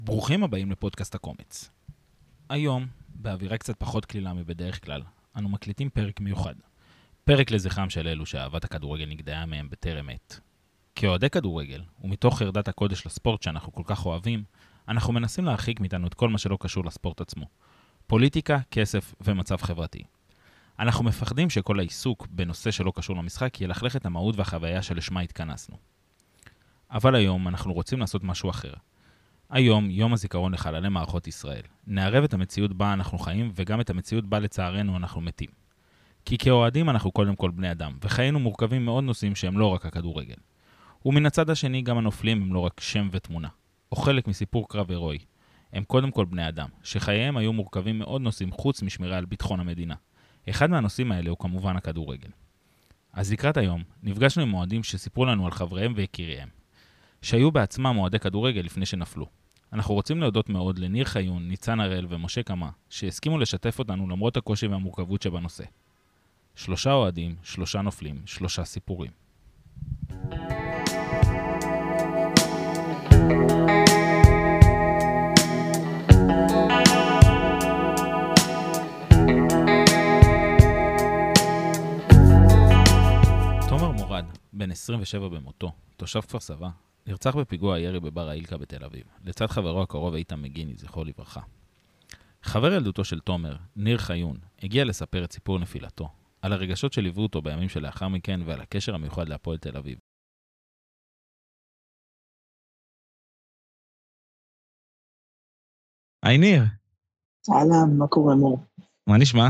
ברוכים הבאים לפודקאסט הקומץ. היום, באווירה קצת פחות כלילה מבדרך כלל, אנו מקליטים פרק מיוחד. פרק לזכרם של אלו שאהבת הכדורגל נגדעה מהם בטרם עת. כאוהדי כדורגל, ומתוך חרדת הקודש לספורט שאנחנו כל כך אוהבים, אנחנו מנסים להרחיק מאיתנו את כל מה שלא קשור לספורט עצמו. פוליטיקה, כסף ומצב חברתי. אנחנו מפחדים שכל העיסוק בנושא שלא קשור למשחק ילכלך את המהות והחוויה שלשמה התכנסנו. אבל היום אנחנו רוצים לעשות משהו אחר. היום, יום הזיכרון לחללי מערכות ישראל. נערב את המציאות בה אנחנו חיים וגם את המציאות בה לצערנו אנחנו מתים. כי כאוהדים אנחנו קודם כל בני אדם, וחיינו מורכבים מאוד נושאים שהם לא רק הכדורגל. ומן הצד השני גם הנופלים הם לא רק שם ותמונה, או חלק מסיפור קרב הירואי. הם קודם כל בני אדם, שחייהם היו מורכבים מאוד נושאים חוץ משמירה על ביטחון המדינה. אחד מהנושאים האלה הוא כמובן הכדורגל. אז לקראת היום, נפגשנו עם אוהדים שסיפרו לנו על חבריהם ויקיריהם, שהיו בעצמם אוהדי כדורגל לפני שנפלו. אנחנו רוצים להודות מאוד לניר חיון, ניצן הראל ומשה קמה, שהסכימו לשתף אותנו למרות הקושי והמורכבות שבנושא. 3 אוהדים, 3 נופלים, 3 סיפורים. תומר מורד, בן 27 במותו, תושב כפר סבא, נרצח בפיגוע הירי בבר האילקה בתל אביב, לצד חברו הקרוב איתן מגיני, זכרו לברכה. חבר ילדותו של תומר, ניר חיון, הגיע לספר את סיפור נפילתו, על הרגשות שליוו אותו בימים שלאחר מכן ועל הקשר המיוחד להפועל תל אביב. היי ניר. אהלן, מה קורה מור? מה נשמע?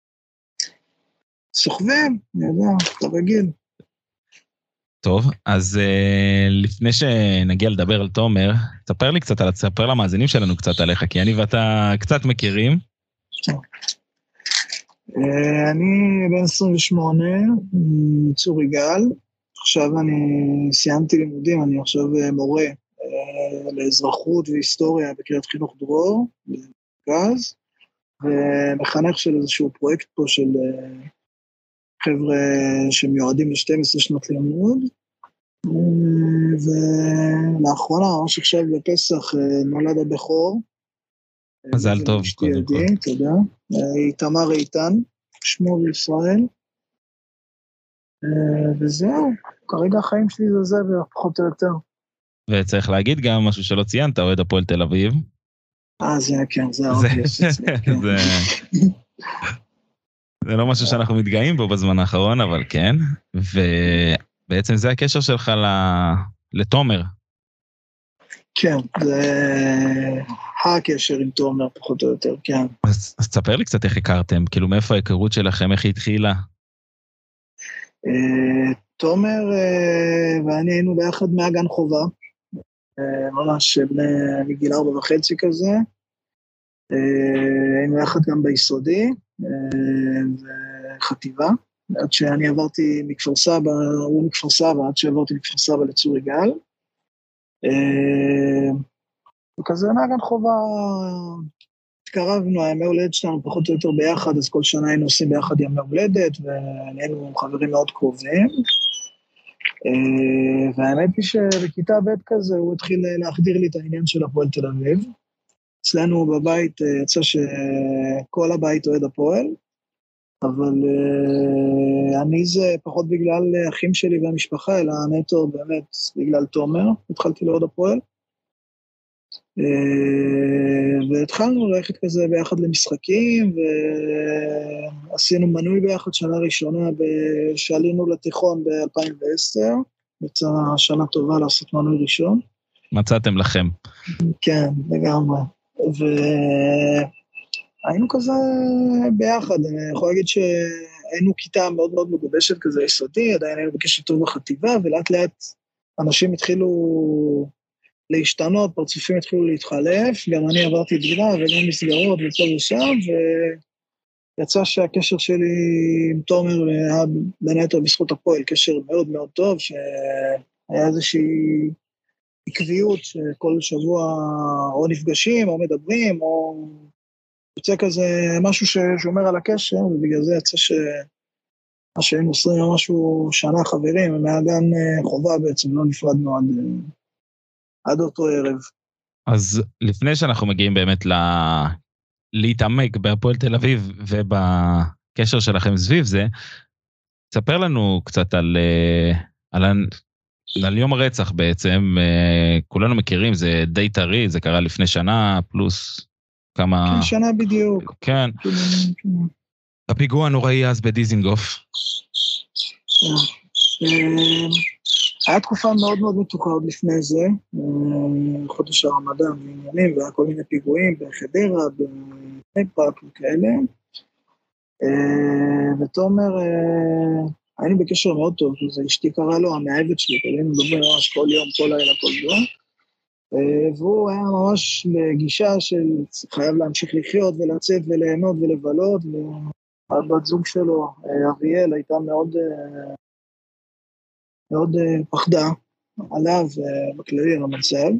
שוכבים, אני יודע, אתה רגיל. טוב, אז לפני שנגיע לדבר על תומר, תספר למאזינים שלנו קצת עליך, כי אני ואתה קצת מכירים. אני בן 28, צור יגאל, עכשיו אני סיימתי לימודים, אני עכשיו מורה לאזרחות והיסטוריה בקריית חינוך דרור, במרכז, ומחנך של איזשהו פרויקט פה של חבר'ה שמיועדים ל-12 שנות לימוד, ולאחרונה, ממש עכשיו בפסח, נולד הבכור. מזל טוב, קודם כל. תודה. תמר איתן, שמו בישראל. וזהו, כרגע החיים שלי זה פחות או יותר. וצריך להגיד גם משהו שלא ציינת, אוהד הפועל תל אביב. זה כן, זה הרבה. זה לא משהו שאנחנו מתגאים בו בזמן האחרון, אבל כן. ובעצם זה הקשר שלך לתומר. כן, זה הקשר עם תומר, פחות או יותר, כן. אז תספר לי קצת איך הכרתם, כאילו מאיפה ההיכרות שלכם, איך היא התחילה? תומר ואני היינו ביחד מהגן חובה, ממש מגיל 4.5 כזה. היינו יחד גם ביסודי, וחטיבה, עד שאני עברתי מכפר סבא, הוא מכפר סבא, עד שעברתי מכפר סבא לצור יגאל. וכזה מהגן חובה התקרבנו, הימי הולדת שלנו פחות או יותר ביחד, אז כל שנה היינו עושים ביחד ימי הולדת, והיינו חברים מאוד קרובים. והאמת היא שבכיתה ב' כזה הוא התחיל להחדיר לי את העניין של הפועל תל אביב. אצלנו בבית יצא שכל הבית אוהד הפועל, אבל אני זה פחות בגלל אחים שלי והמשפחה, אלא נטו באמת בגלל תומר, התחלתי לאוהד הפועל. והתחלנו ללכת כזה ביחד למשחקים, ועשינו מנוי ביחד שנה ראשונה, שעלינו לתיכון ב-2010, יצאה שנה טובה לעשות מנוי ראשון. מצאתם לכם. כן, לגמרי. והיינו כזה ביחד, אני יכול להגיד שהיינו כיתה מאוד מאוד מגובשת כזה יסודי, עדיין היינו בקשר טוב בחטיבה, ולאט לאט אנשים התחילו להשתנות, פרצופים התחילו להתחלף, גם אני עברתי דירה וגם מסגרות ופה ושם, ויצא שהקשר שלי עם תומר היה בנטו בזכות הפועל, קשר מאוד מאוד טוב, שהיה איזושהי עקביות שכל שבוע או נפגשים או מדברים, או יוצא כזה משהו ששומר על הקשר, ובגלל זה יצא מה שהיינו עושים משהו שנה חברים, מהגן חובה בעצם, לא נפרדנו עד אותו ערב. אז לפני שאנחנו מגיעים באמת להתעמק בהפועל תל אביב ובקשר שלכם סביב זה, תספר לנו קצת על יום הרצח בעצם, כולנו מכירים, זה די טרי, זה קרה לפני שנה, פלוס כמה... כן, שנה בדיוק. כן. הפיגוע הנוראי אז בדיזינגוף. היה תקופה מאוד מאוד מתוחה עוד לפני זה, חודש הרמדאן ועניינים, והיה כל מיני פיגועים בחדרה, בפארק וכאלה. ותומר, היינו בקשר מאוד טוב, זה אשתי קרא לו המאהבת שלי, היינו מדברים ממש כל יום, כל לילה, כל יום. והוא היה ממש בגישה של חייב להמשיך לחיות ולצאת וליהנות ולבלות, והבת זוג שלו, אריאל, הייתה מאוד פחדה עליו בכללי על המצב.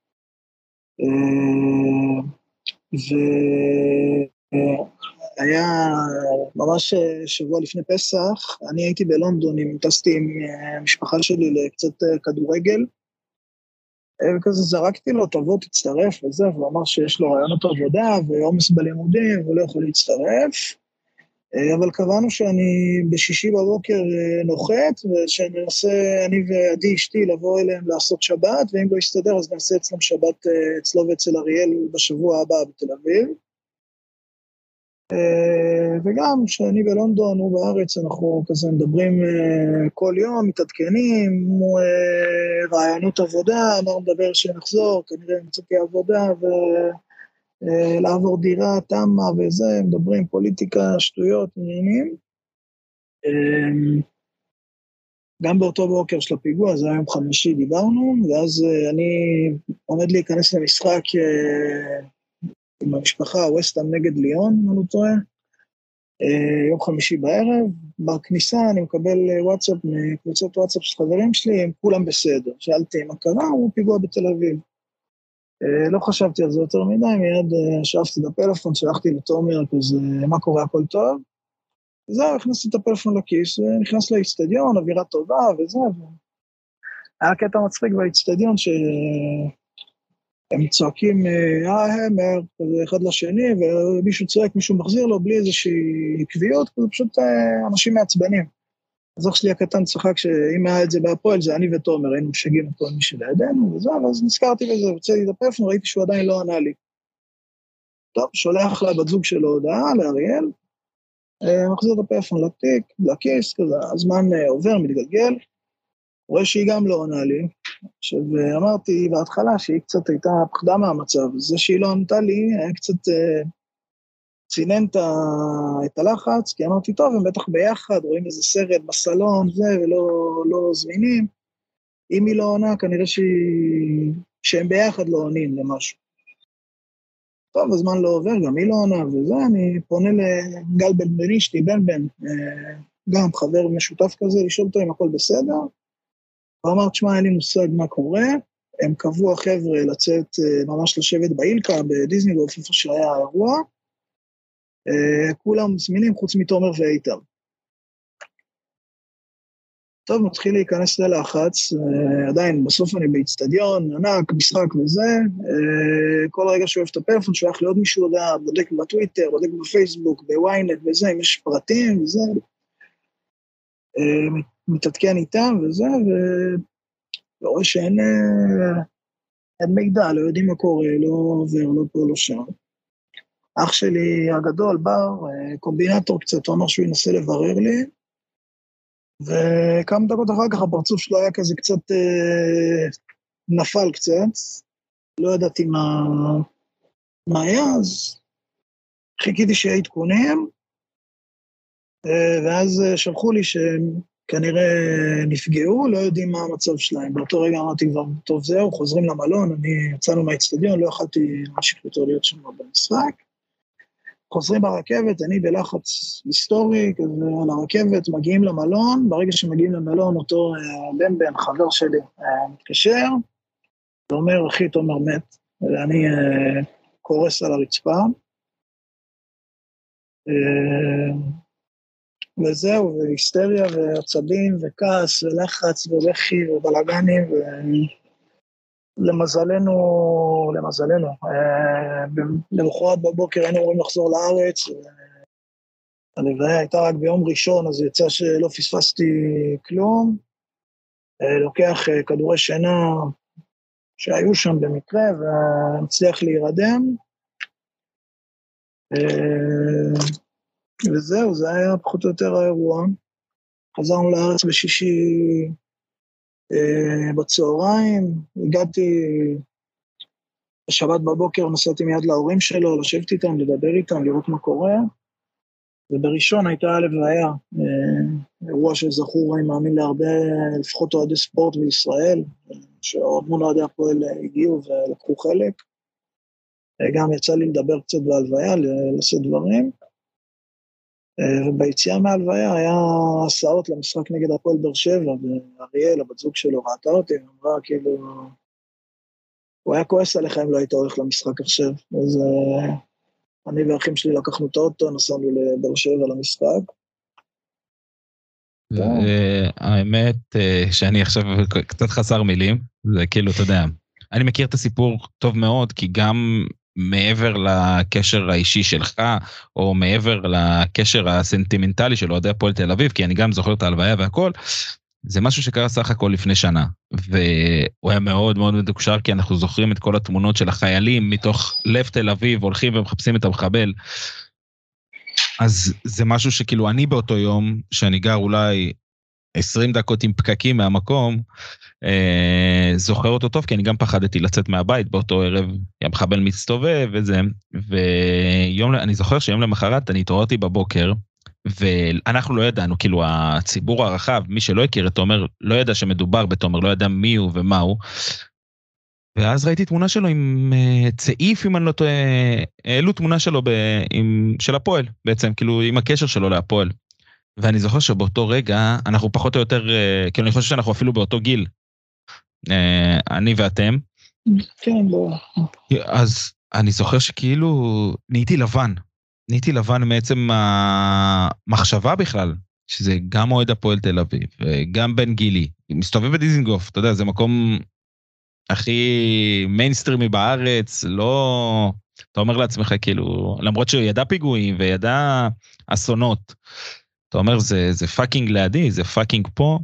והיה ממש שבוע לפני פסח, אני הייתי בלונדון, טסתי עם המשפחה שלי לקצת כדורגל, וכזה זרקתי לו, תבוא תצטרף וזה, והוא אמר שיש לו רעיונות עבודה ועומס בלימודים, והוא לא יכול להצטרף, אבל קבענו שאני בשישי בבוקר נוחת, ושננסה אני ועדי אשתי לבוא אליהם לעשות שבת, ואם לא יסתדר אז נעשה אצלם שבת אצלו ואצל אריאל בשבוע הבא בתל אביב. וגם שאני בלונדון, הוא בארץ, אנחנו כזה מדברים כל יום, מתעדכנים, רעיונות עבודה, אמר מדבר שנחזור, כנראה מצאתי עבודה, לעבור דירה, תמה וזה, מדברים פוליטיקה, שטויות, עניינים. גם באותו בוקר של הפיגוע, זה היום חמישי דיברנו, ואז אני עומד להיכנס למשחק עם המשפחה, ווסטהאם נגד ליון, אני לא טועה, יום חמישי בערב, בכניסה אני מקבל וואטסאפ, מקבוצות וואטסאפ של חברים שלי, הם כולם בסדר. שאלתי מה קרה, הוא פיגוע בתל אביב. לא חשבתי על זה יותר מדי, מיד שאפתי בפלאפון, שלחתי לתומר כזה, מה קורה, הכל טוב? וזהו, הכנסתי את הפלאפון לכיס, ונכנס לאצטדיון, אווירה טובה וזה. היה קטע מצחיק באצטדיון, הם צועקים, המר, כזה אחד לשני, ומישהו צועק, מישהו מחזיר לו, בלי איזושהי עקביות, זה פשוט אנשים מעצבנים. אז אח שלי הקטן צחק שאם היה את זה בהפועל, זה אני ותומר, היינו משגעים את כל מי שלידינו, וזהו, אז נזכרתי בזה, הוצאתי את הפלאפון, ראיתי שהוא עדיין לא ענה לי. טוב, שולח לה בת זוג שלו הודעה, לאריאל, מחזיר את הפלאפון לתיק, לכיס, כזה, הזמן עובר, מתגלגל, רואה שהיא גם לא עונה לי, עכשיו אמרתי בהתחלה שהיא קצת הייתה פחדה מהמצב, זה שהיא לא ענתה לי, היה קצת צינן את הלחץ, כי אמרתי טוב, הם בטח ביחד, רואים איזה סרט בסלון, זה, ולא זמינים, אם היא לא עונה, כנראה שהם ביחד לא עונים למשהו. טוב, הזמן לא עובר, גם היא לא עונה, וזה, אני פונה לגל בן אשתי, בן, גם חבר משותף כזה, לשאול אותו אם הכל בסדר, ואמר, תשמע, אין לי מושג מה קורה, הם קבעו החבר'ה לצאת, ממש לשבת באילקה, בדיזנגוף, איפה שהיה האירוע, כולם זמינים חוץ מתומר ואיתר. טוב, מתחיל להיכנס ללחץ, עדיין בסוף אני באצטדיון, ענק, משחק וזה, כל רגע שואף את הפלאפון, שולח לי עוד מישהו הודעה, בודק בטוויטר, בודק בפייסבוק, בוויינט וזה, אם יש פרטים וזה, מתעדכן איתם וזה, ורואה שאין מידע, לא יודעים מה קורה, לא עובר, לא פה, לא שם. אח שלי הגדול, בר, קומבינטור קצת, הוא אמר שהוא ינסה לברר לי, וכמה דקות אחר כך הפרצוף שלו היה כזה קצת נפל קצת, לא ידעתי מה היה, אז חיכיתי שיהיה עדכונים, ואז שלחו לי שהם כנראה נפגעו, לא יודעים מה המצב שלהם. באותו רגע אמרתי כבר, טוב זהו, חוזרים למלון, יצאנו מהאצטדיון, לא יכלתי להמשיך יותר להיות שם במשחק. חוזרים ברכבת, אני בלחץ היסטורי, כזה על הרכבת, מגיעים למלון, ברגע שמגיעים למלון, אותו בן, חבר שלי, מתקשר, ואומר, אחי, תומר מת, ואני קורס על הרצפה, וזהו, והיסטריה, ועצבים, וכעס, ולחץ, ולחי, ובלגנים, למזלנו, למחרת בבוקר היינו אמורים לחזור לארץ, הלוויה הייתה רק ביום ראשון, אז יצא שלא פספסתי כלום, לוקח כדורי שינה שהיו שם במקרה, ומצליח להירדם, וזהו, זה היה פחות או יותר האירוע. חזרנו לארץ בשישי בצהריים, הגעתי בשבת בבוקר, נסעתי מיד להורים שלו, לשבת איתם, לדבר איתם, לראות מה קורה, ובראשון הייתה הלוויה, אירוע שזכור, אני מאמין להרבה, לפחות אוהדי ספורט בישראל, שהמון אוהדי הפועל הגיעו ולקחו חלק, גם יצא לי לדבר קצת בהלוויה, לעשות דברים, וביציאה מהלוויה היה הסעות למשחק נגד הפועל באר שבע, ואריאל, הבת זוג שלו, ראתה אותי, אמרה כאילו, הוא היה כועס עליך אם לא היית הולך למשחק עכשיו, אז אני והאחים שלי לקחנו את האוטו, נסענו לבאר שבע למשחק. האמת שאני עכשיו קצת חסר מילים, זה כאילו, אתה יודע, אני מכיר את הסיפור טוב מאוד, כי גם מעבר לקשר האישי שלך, או מעבר לקשר הסנטימנטלי של אוהדי הפועל תל אביב, כי אני גם זוכר את ההלוויה והכל, זה משהו שקרה סך הכל לפני שנה, והוא היה מאוד מאוד מדוקשר, כי אנחנו זוכרים את כל התמונות של החיילים מתוך לב תל אביב, הולכים ומחפשים את המחבל, אז זה משהו שכאילו אני באותו יום, שאני גר אולי 20 דקות עם פקקים מהמקום, זוכר אותו טוב, כי אני גם פחדתי לצאת מהבית באותו ערב, המחבל מסתובב וזה, ואני זוכר שיום למחרת אני התעוררתי בבוקר, ואנחנו לא ידענו, כאילו הציבור הרחב, מי שלא הכיר את תומר, לא ידע שמדובר בתומר, לא ידע מי הוא ומה הוא, ואז ראיתי תמונה שלו עם צעיף, אם אני לא טועה, העלו תמונה שלו של הפועל, בעצם, כאילו עם הקשר שלו להפועל, ואני זוכר שבאותו רגע, אנחנו פחות או יותר, כאילו אני חושב שאנחנו אפילו באותו גיל, אני ואתם. כן, בוא. אז אני זוכר שכאילו נהייתי לבן מעצם המחשבה בכלל, שזה גם אוהד הפועל תל אביב, וגם בן גילי, מסתובב בדיזינגוף, אתה יודע, זה מקום הכי מיינסטרימי בארץ, לא, אתה אומר לעצמך כאילו, למרות שהוא ידע פיגועים וידע אסונות, אתה אומר זה פאקינג לידי, זה פאקינג פה,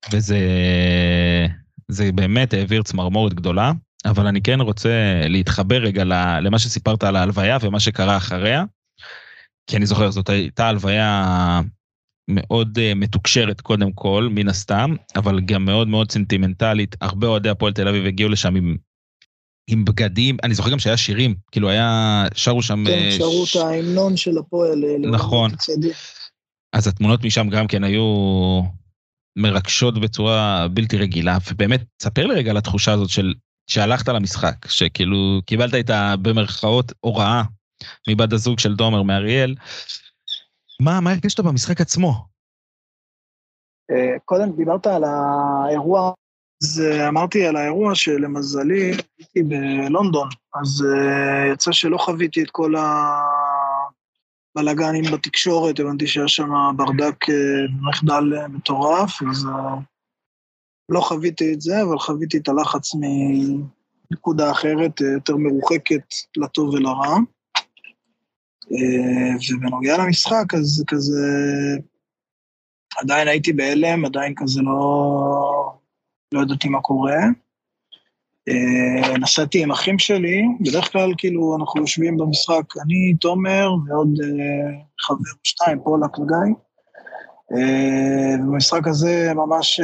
וזה באמת העביר צמרמורת גדולה, אבל אני כן רוצה להתחבר רגע למה שסיפרת על ההלוויה ומה שקרה אחריה, כי אני זוכר, זאת הייתה הלוויה מאוד מתוקשרת קודם כל, מן הסתם, אבל גם מאוד מאוד סנטימנטלית, הרבה אוהדי הפועל תל אביב הגיעו לשם עם בגדים, אני זוכר גם שהיה שירים, כאילו שרו שם... כן, שרו את ההמנון של הפועל. נכון. אז התמונות משם גם כן היו מרגשות בצורה בלתי רגילה, ובאמת, ספר לי רגע על התחושה הזאת שהלכת למשחק, שכאילו קיבלת איתה במרכאות הוראה מבת הזוג של תומר מאריאל, מה הרגשת במשחק עצמו? קודם דיברת על האירוע, אז אמרתי על האירוע שלמזלי הייתי בלונדון, אז יצא שלא חוויתי את כל הבלגנים בתקשורת, הבנתי שהיה שם ברדק מחדל מטורף, אז לא חוויתי את זה, אבל חוויתי את הלחץ מנקודה אחרת, יותר מרוחקת לטוב ולרע. ובנוגע למשחק, אז כזה, עדיין הייתי בהלם, עדיין כזה לא ידעתי מה קורה. נסעתי עם אחים שלי, בדרך כלל כאילו אנחנו יושבים במשחק, אני, תומר ועוד חבר שתיים, פולק וגיא. ובמשחק הזה ממש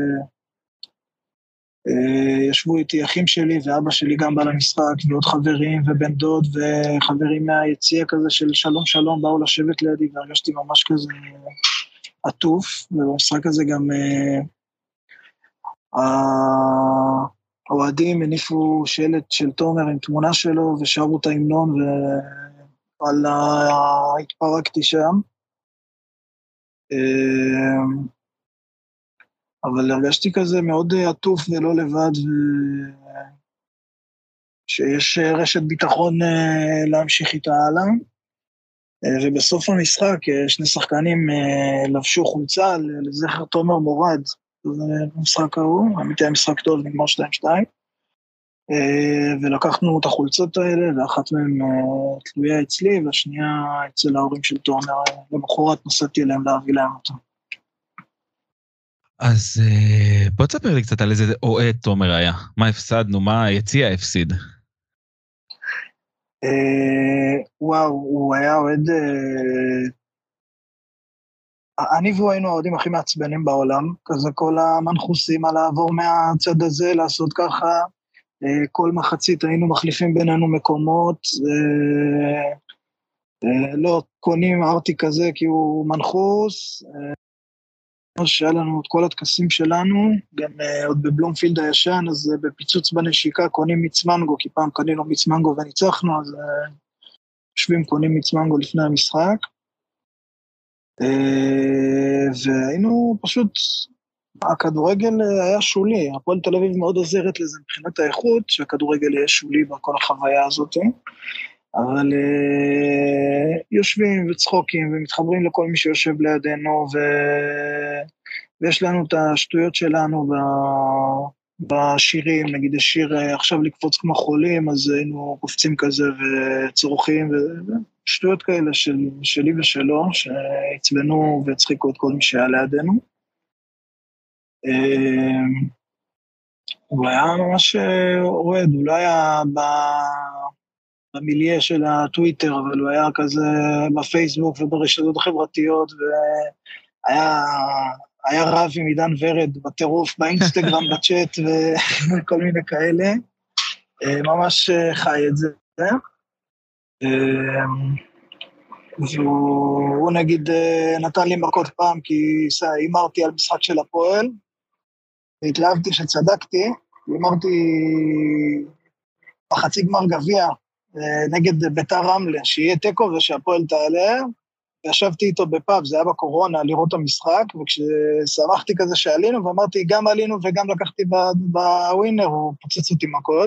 ישבו איתי אחים שלי ואבא שלי גם בא למשחק, ועוד חברים ובן דוד וחברים מהיציע כזה של שלום שלום, באו לשבת לידי והרגשתי ממש כזה עטוף, ובמשחק הזה גם האוהדים הניפו שלט של תומר עם תמונה שלו ושרו את ההמנון, התפרקתי שם. אבל הרגשתי כזה מאוד עטוף ולא לבד, שיש רשת ביטחון להמשיך איתה הלאה. ובסוף המשחק שני שחקנים לבשו חולצה לזכר תומר מורד, זה משחק ההוא, האמת היה משחק טוב, נגמר 2-2. ולקחנו את החולצות האלה, ואחת מהן תלויה אצלי, והשנייה אצל ההורים של תומר, למחרת נסעתי אליהם להביא להם אותה. אז בוא תספר לי קצת על איזה אוהד תומר היה. מה הפסדנו? מה היציע הפסיד? וואו, הוא היה אוהד... אני והוא היינו האוהדים הכי מעצבנים בעולם, כזה כל המנחוסים על לעבור מהצד הזה, לעשות ככה, כל מחצית היינו מחליפים בינינו מקומות, לא קונים ארטי כזה כי הוא מנחוס, שהיה לנו את כל התקסים שלנו, גם עוד בבלומפילד הישן, אז בפיצוץ בנשיקה קונים מיץ מנגו, כי פעם קנינו מיץ מנגו וניצחנו, אז יושבים קונים מיץ מנגו לפני המשחק, והיינו פשוט, הכדורגל היה שולי, הפועל תל אביב מאוד עוזרת לזה מבחינת האיכות, שהכדורגל יהיה שולי בכל החוויה הזאת, אבל יושבים וצחוקים ומתחברים לכל מי שיושב לידינו, ויש לנו את השטויות שלנו בשירים, נגיד השיר עכשיו לקפוץ כמו חולים, אז היינו קופצים כזה וצורכים, ושטויות כאלה שלי ושלו, שהצבנו והצחיקו את כל מי שהיה לידינו. הוא היה ממש אוהד, הוא לא היה במיליה של הטוויטר, אבל הוא היה כזה בפייסבוק וברשתות החברתיות, והיה רב עם עידן ורד בטירוף, באינסטגרם, בצ'אט וכל מיני כאלה. ממש חי את זה. והוא נגיד נתן לי מכות פעם, כי הימרתי על משחק של הפועל, והתלהבתי שצדקתי, הימרתי בחצי גמר גביע, נגד ביתר רמלה, שיהיה טקו ושהפועל תעלה, וישבתי איתו בפאב, זה היה בקורונה, לראות את המשחק, וכששמחתי כזה שעלינו, ואמרתי, גם עלינו וגם לקחתי בווינר, הוא פוצץ אותי מכות.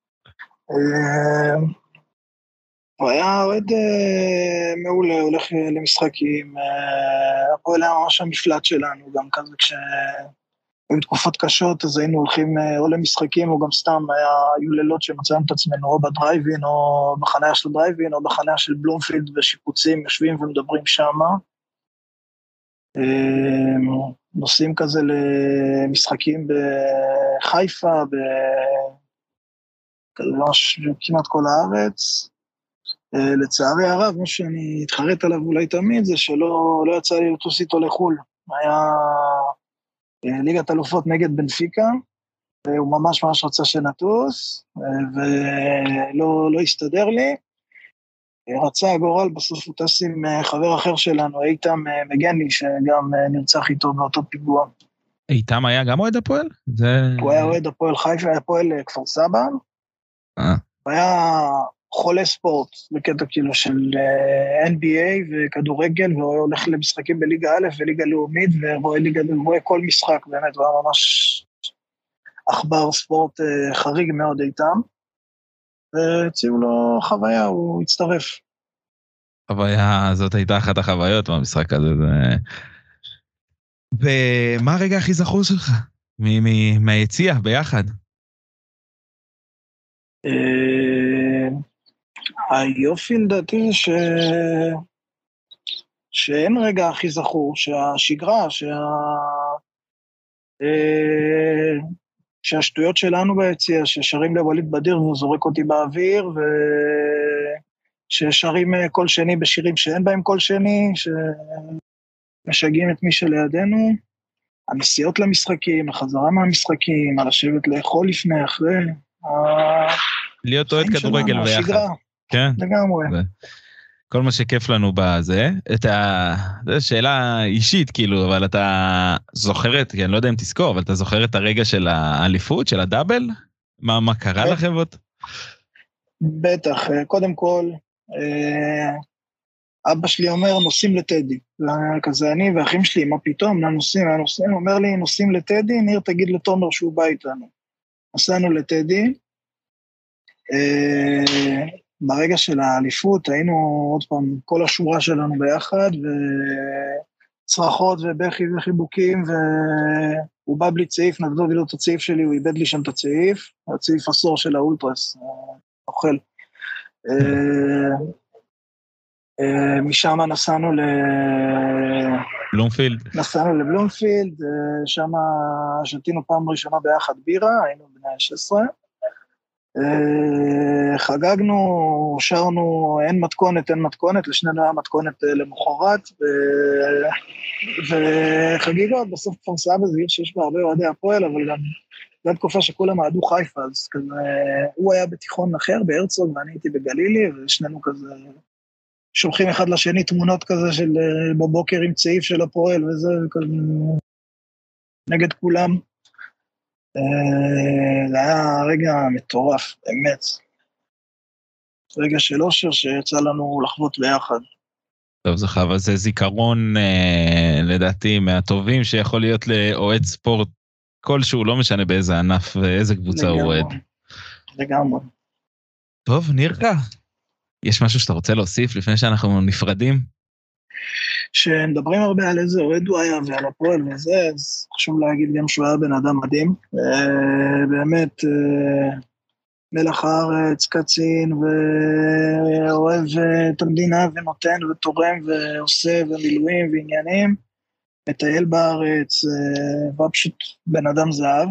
הוא היה אוהד מעולה, הולך למשחקים, הפועל היה ממש המפלט שלנו, גם כזה היו תקופות קשות, אז היינו הולכים או למשחקים, או גם סתם היו לילות שמצאנו את עצמנו, או בדרייבין, או בחניה של דרייבין, או בחניה של בלומפילד ושיפוצים, יושבים ומדברים שם. נוסעים כזה למשחקים בחיפה, כמעט כל הארץ. לצערי הרב, מה שאני התחרט עליו אולי תמיד, זה שלא יצא לי לטוס איתו לחול. היה ליגת אלופות נגד בנפיקה, והוא ממש רצה שנטוס, ולא הסתדר לי. רצה הגורל, בסוף הוא טס עם חבר אחר שלנו, איתם מגני, שגם נרצח איתו באותו פיגוע. איתם היה גם אוהד הפועל? הוא היה אוהד הפועל חיפה, היה פועל כפר סבא. הוא היה חולה ספורט, בקטע כאילו של NBA וכדורגל, והוא הולך למשחקים בליגה א' וליגה לאומית, ורואה כל משחק, באמת, הוא היה ממש אכבר ספורט חריג מאוד איתם, והציעו לו חוויה, הוא הצטרף. חוויה, זאת הייתה אחת החוויות במשחק הזה. ומה הרגע הכי זכור שלך? מהיציאה ביחד? היופי לדעתי שאין רגע הכי זכור, שהשגרה, שהשטויות שלנו ביציאה, ששרים לווליד בדיר והוא זורק אותי באוויר, ששרים כל שני בשירים שאין בהם כל שני, שמשגעים את מי שלידינו, הנסיעות למשחקים, החזרה מהמשחקים, על לשבת לאכול לפני, אחרי, להיות אוהד כדורגל ביחד. השגרה. כן. לגמרי. כל מה שכיף לנו בזה, זו שאלה אישית כאילו, אבל אתה זוכרת, כי אני לא יודע אם תזכור, אבל אתה זוכר את הרגע של האליפות, של הדאבל? מה קרה לכם עוד? בטח, קודם כל, אבא שלי אומר, נוסעים לטדי. כזה אני ואחים שלי, מה פתאום, נוסעים, אומר לי, נוסעים לטדי, ניר תגיד לתומר שהוא בא איתנו. נסענו לטדי, ברגע של האליפות היינו עוד פעם כל השורה שלנו ביחד, צרחות ובכי וחיבוקים, והוא בא בלי צעיף, נגדו לי לו את הצעיף שלי, הוא איבד לי שם את הצעיף, הצעיף עשור של האולטרס, אוכל. משם נסענו לבלומפילד, שם שתינו פעם ראשונה ביחד בירה, היינו בני 16, חגגנו, שרנו אין מתכונת, לשנינו היה מתכונת למחרת, וחגיגות בסוף כפר סבא זה עיר שיש בה הרבה אוהדי הפועל, אבל גם זו תקופה שכולם אוהדו חיפה, אז כזה, הוא היה בתיכון אחר בהרצוג ואני הייתי בגלילי, ושנינו כזה שולחים אחד לשני תמונות כזה של בבוקר עם צעיף של הפועל וזה, כזה נגד כולם. זה היה רגע מטורף, באמת. רגע של אושר שיצא לנו לחוות ביחד. טוב, זכה, אבל זה זיכרון לדעתי מהטובים שיכול להיות לאוהד ספורט כלשהו, לא משנה באיזה ענף ואיזה קבוצה הוא אוהד. לגמרי. טוב, נראה. יש משהו שאתה רוצה להוסיף לפני שאנחנו נפרדים? שמדברים הרבה על איזה אוהד הוא היה ועל הפועל וזה, אז חשוב להגיד גם שהוא היה בן אדם מדהים. באמת, מלח הארץ, קצין, ואוהב את המדינה ונותן ותורם ועושה ומילואים ועניינים, מטייל בארץ, ופשוט בן אדם זהב.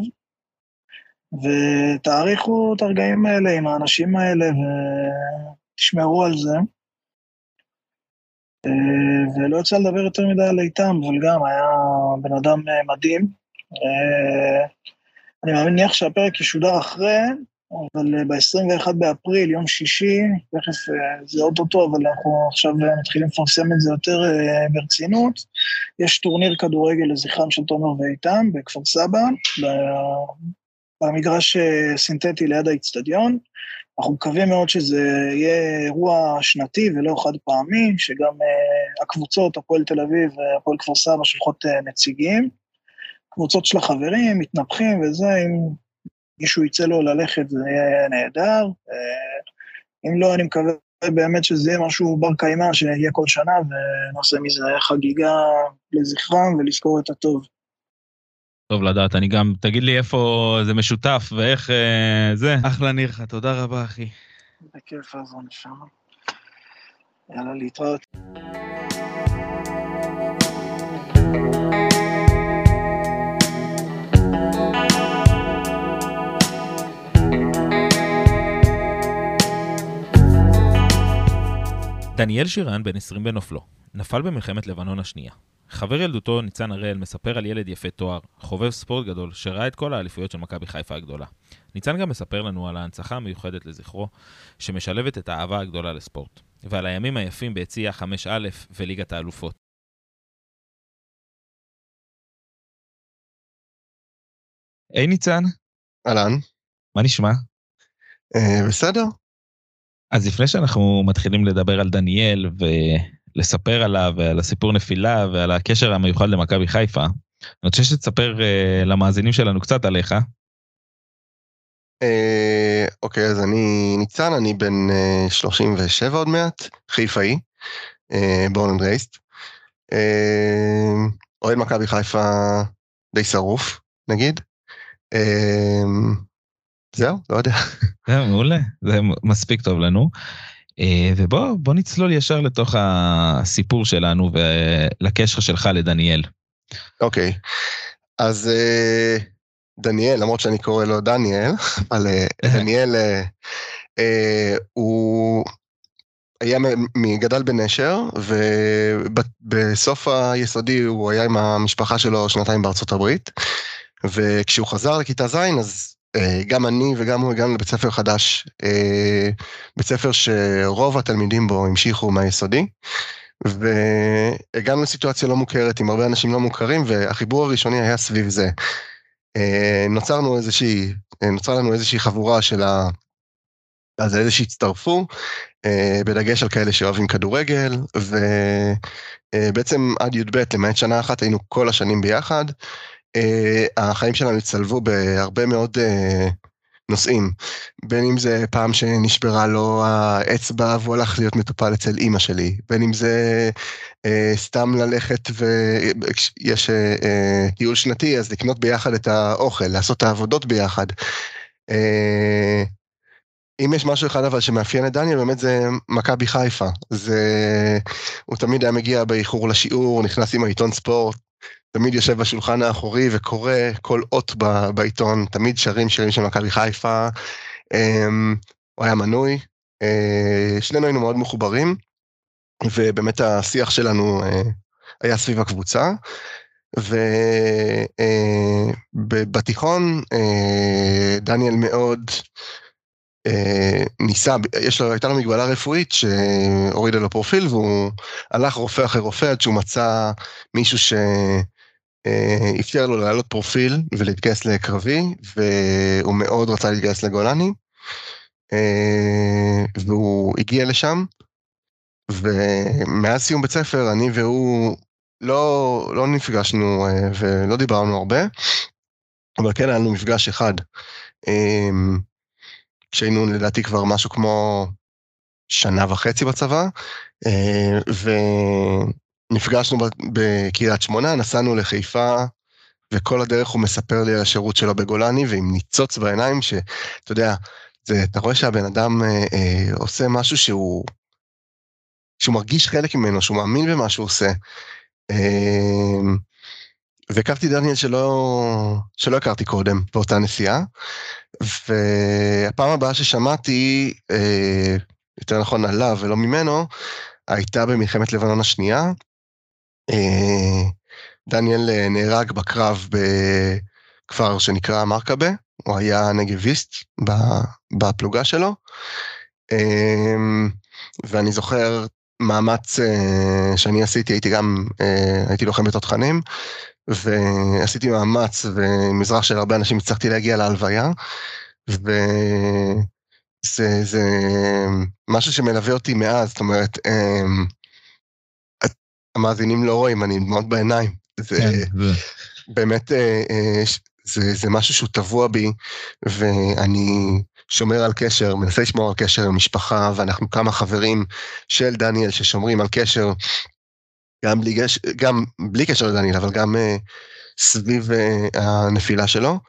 ותאריכו את הרגעים האלה עם האנשים האלה ותשמרו על זה. ולא יצא לדבר יותר מדי על איתם, אבל גם היה בן אדם מדהים. אני מניח שהפרק ישודר אחרי, אבל ב-21 באפריל, יום שישי, תכף זה אוטוטו, אבל אנחנו עכשיו מתחילים לפרסם את זה יותר ברצינות. יש טורניר כדורגל לזכרם של תומר ואיתם בכפר סבא, במגרש סינתטי ליד האצטדיון. אנחנו מקווים מאוד שזה יהיה אירוע שנתי ולא חד פעמי, שגם הקבוצות, הפועל תל אביב והפועל כפר סבא שולחות נציגים. קבוצות של החברים, מתנפחים וזה, אם מישהו יצא לו ללכת זה יהיה נהדר. אם לא, אני מקווה באמת שזה יהיה משהו בר קיימא שיהיה כל שנה, ונעשה מזה חגיגה לזכרם ולזכור את הטוב. טוב לדעת, אני גם, תגיד לי איפה זה משותף ואיך זה. אחלה נרחה, תודה רבה אחי. בכיף אז נשמע. יאללה, להתראות. דניאל שירן, בן 20 בנופלו, נפל במלחמת לבנון השנייה. חבר ילדותו ניצן הראל מספר על ילד יפה תואר, חובב ספורט גדול, שראה את כל האליפויות של מכבי חיפה הגדולה. ניצן גם מספר לנו על ההנצחה המיוחדת לזכרו, שמשלבת את האהבה הגדולה לספורט, ועל הימים היפים ביציע 5א וליגת האלופות. היי ניצן. אהלן. מה נשמע? בסדר. אז לפני שאנחנו מתחילים לדבר על דניאל ולספר עליו ועל הסיפור נפילה ועל הקשר המיוחד למכבי חיפה, אני רוצה שתספר למאזינים שלנו קצת עליך. אוקיי, אז אני ניצן, אני בן 37 עוד מעט, חיפאי, born and raised. אוהד מכבי חיפה די שרוף, נגיד. זהו, לא יודע. זה מעולה, זה מספיק טוב לנו. ובוא נצלול ישר לתוך הסיפור שלנו ולקשר שלך לדניאל. אוקיי, אז דניאל, למרות שאני קורא לו דניאל, אבל דניאל הוא היה מגדל בנשר, ובסוף היסודי הוא היה עם המשפחה שלו שנתיים בארצות הברית, וכשהוא חזר לכיתה זין, אז גם אני וגם הוא הגענו לבית ספר חדש, בית ספר שרוב התלמידים בו המשיכו מהיסודי, והגענו לסיטואציה לא מוכרת עם הרבה אנשים לא מוכרים, והחיבור הראשוני היה סביב זה. נוצר לנו איזושהי חבורה של אז אלה שהצטרפו, בדגש על כאלה שאוהבים כדורגל, ובעצם עד י"ב למעט שנה אחת היינו כל השנים ביחד. החיים שלנו הצטלבו בהרבה מאוד נושאים, בין אם זה פעם שנשברה לו האצבע והוא הלך להיות מטופל אצל אמא שלי, בין אם זה סתם ללכת ויש טיול שנתי, אז לקנות ביחד את האוכל, לעשות את העבודות ביחד. אם יש משהו אחד אבל שמאפיין את דניאל, באמת זה מכבי חיפה. הוא תמיד היה מגיע באיחור לשיעור, נכנס עם העיתון ספורט, תמיד יושב בשולחן האחורי וקורא כל אות בעיתון, תמיד שרים שירים של מכבי חיפה, הוא היה מנוי, שנינו היינו מאוד מחוברים, ובאמת השיח שלנו היה סביב הקבוצה, ובתיכון דניאל מאוד ניסה, הייתה לו מגבלה רפואית שהורידה לו פרופיל, והוא הלך רופא אחרי רופא עד שהוא מצא מישהו שאפשר לו לעלות פרופיל ולהתגייס לקרבי, והוא מאוד רצה להתגייס לגולני, והוא הגיע לשם, ומאז סיום בית ספר אני והוא לא נפגשנו ולא דיברנו הרבה, אבל כן היה לנו מפגש אחד, כשהיינו לדעתי כבר משהו כמו 1.5 שנה בצבא, ונפגשנו בקריית שמונה, נסענו לחיפה, וכל הדרך הוא מספר לי על השירות שלו בגולני, ועם ניצוץ בעיניים, שאתה יודע, אתה רואה שהבן אדם עושה משהו שהוא מרגיש חלק ממנו, שהוא מאמין במה שהוא עושה. והכרתי דניאל שלא הכרתי קודם באותה נסיעה, והפעם הבאה ששמעתי, יותר נכון עליו ולא ממנו, הייתה במלחמת לבנון השנייה. דניאל נהרג בקרב בכפר שנקרא מרקבה, הוא היה נגביסט בפלוגה שלו, ואני זוכר מאמץ שאני עשיתי, הייתי לוחם בתותחנים, ועשיתי מאמץ, ומזרח של הרבה אנשים הצלחתי להגיע להלוויה, וזה משהו שמלווה אותי מאז, זאת אומרת, המאזינים לא רואים, אני מאוד בעיניים, באמת, זה משהו שהוא טבוע בי, ואני שומר על קשר, מנסה לשמור על קשר עם משפחה, ואנחנו כמה חברים של דניאל ששומרים על קשר, גם בלי קשר לדניאל, אבל גם סביב הנפילה שלו,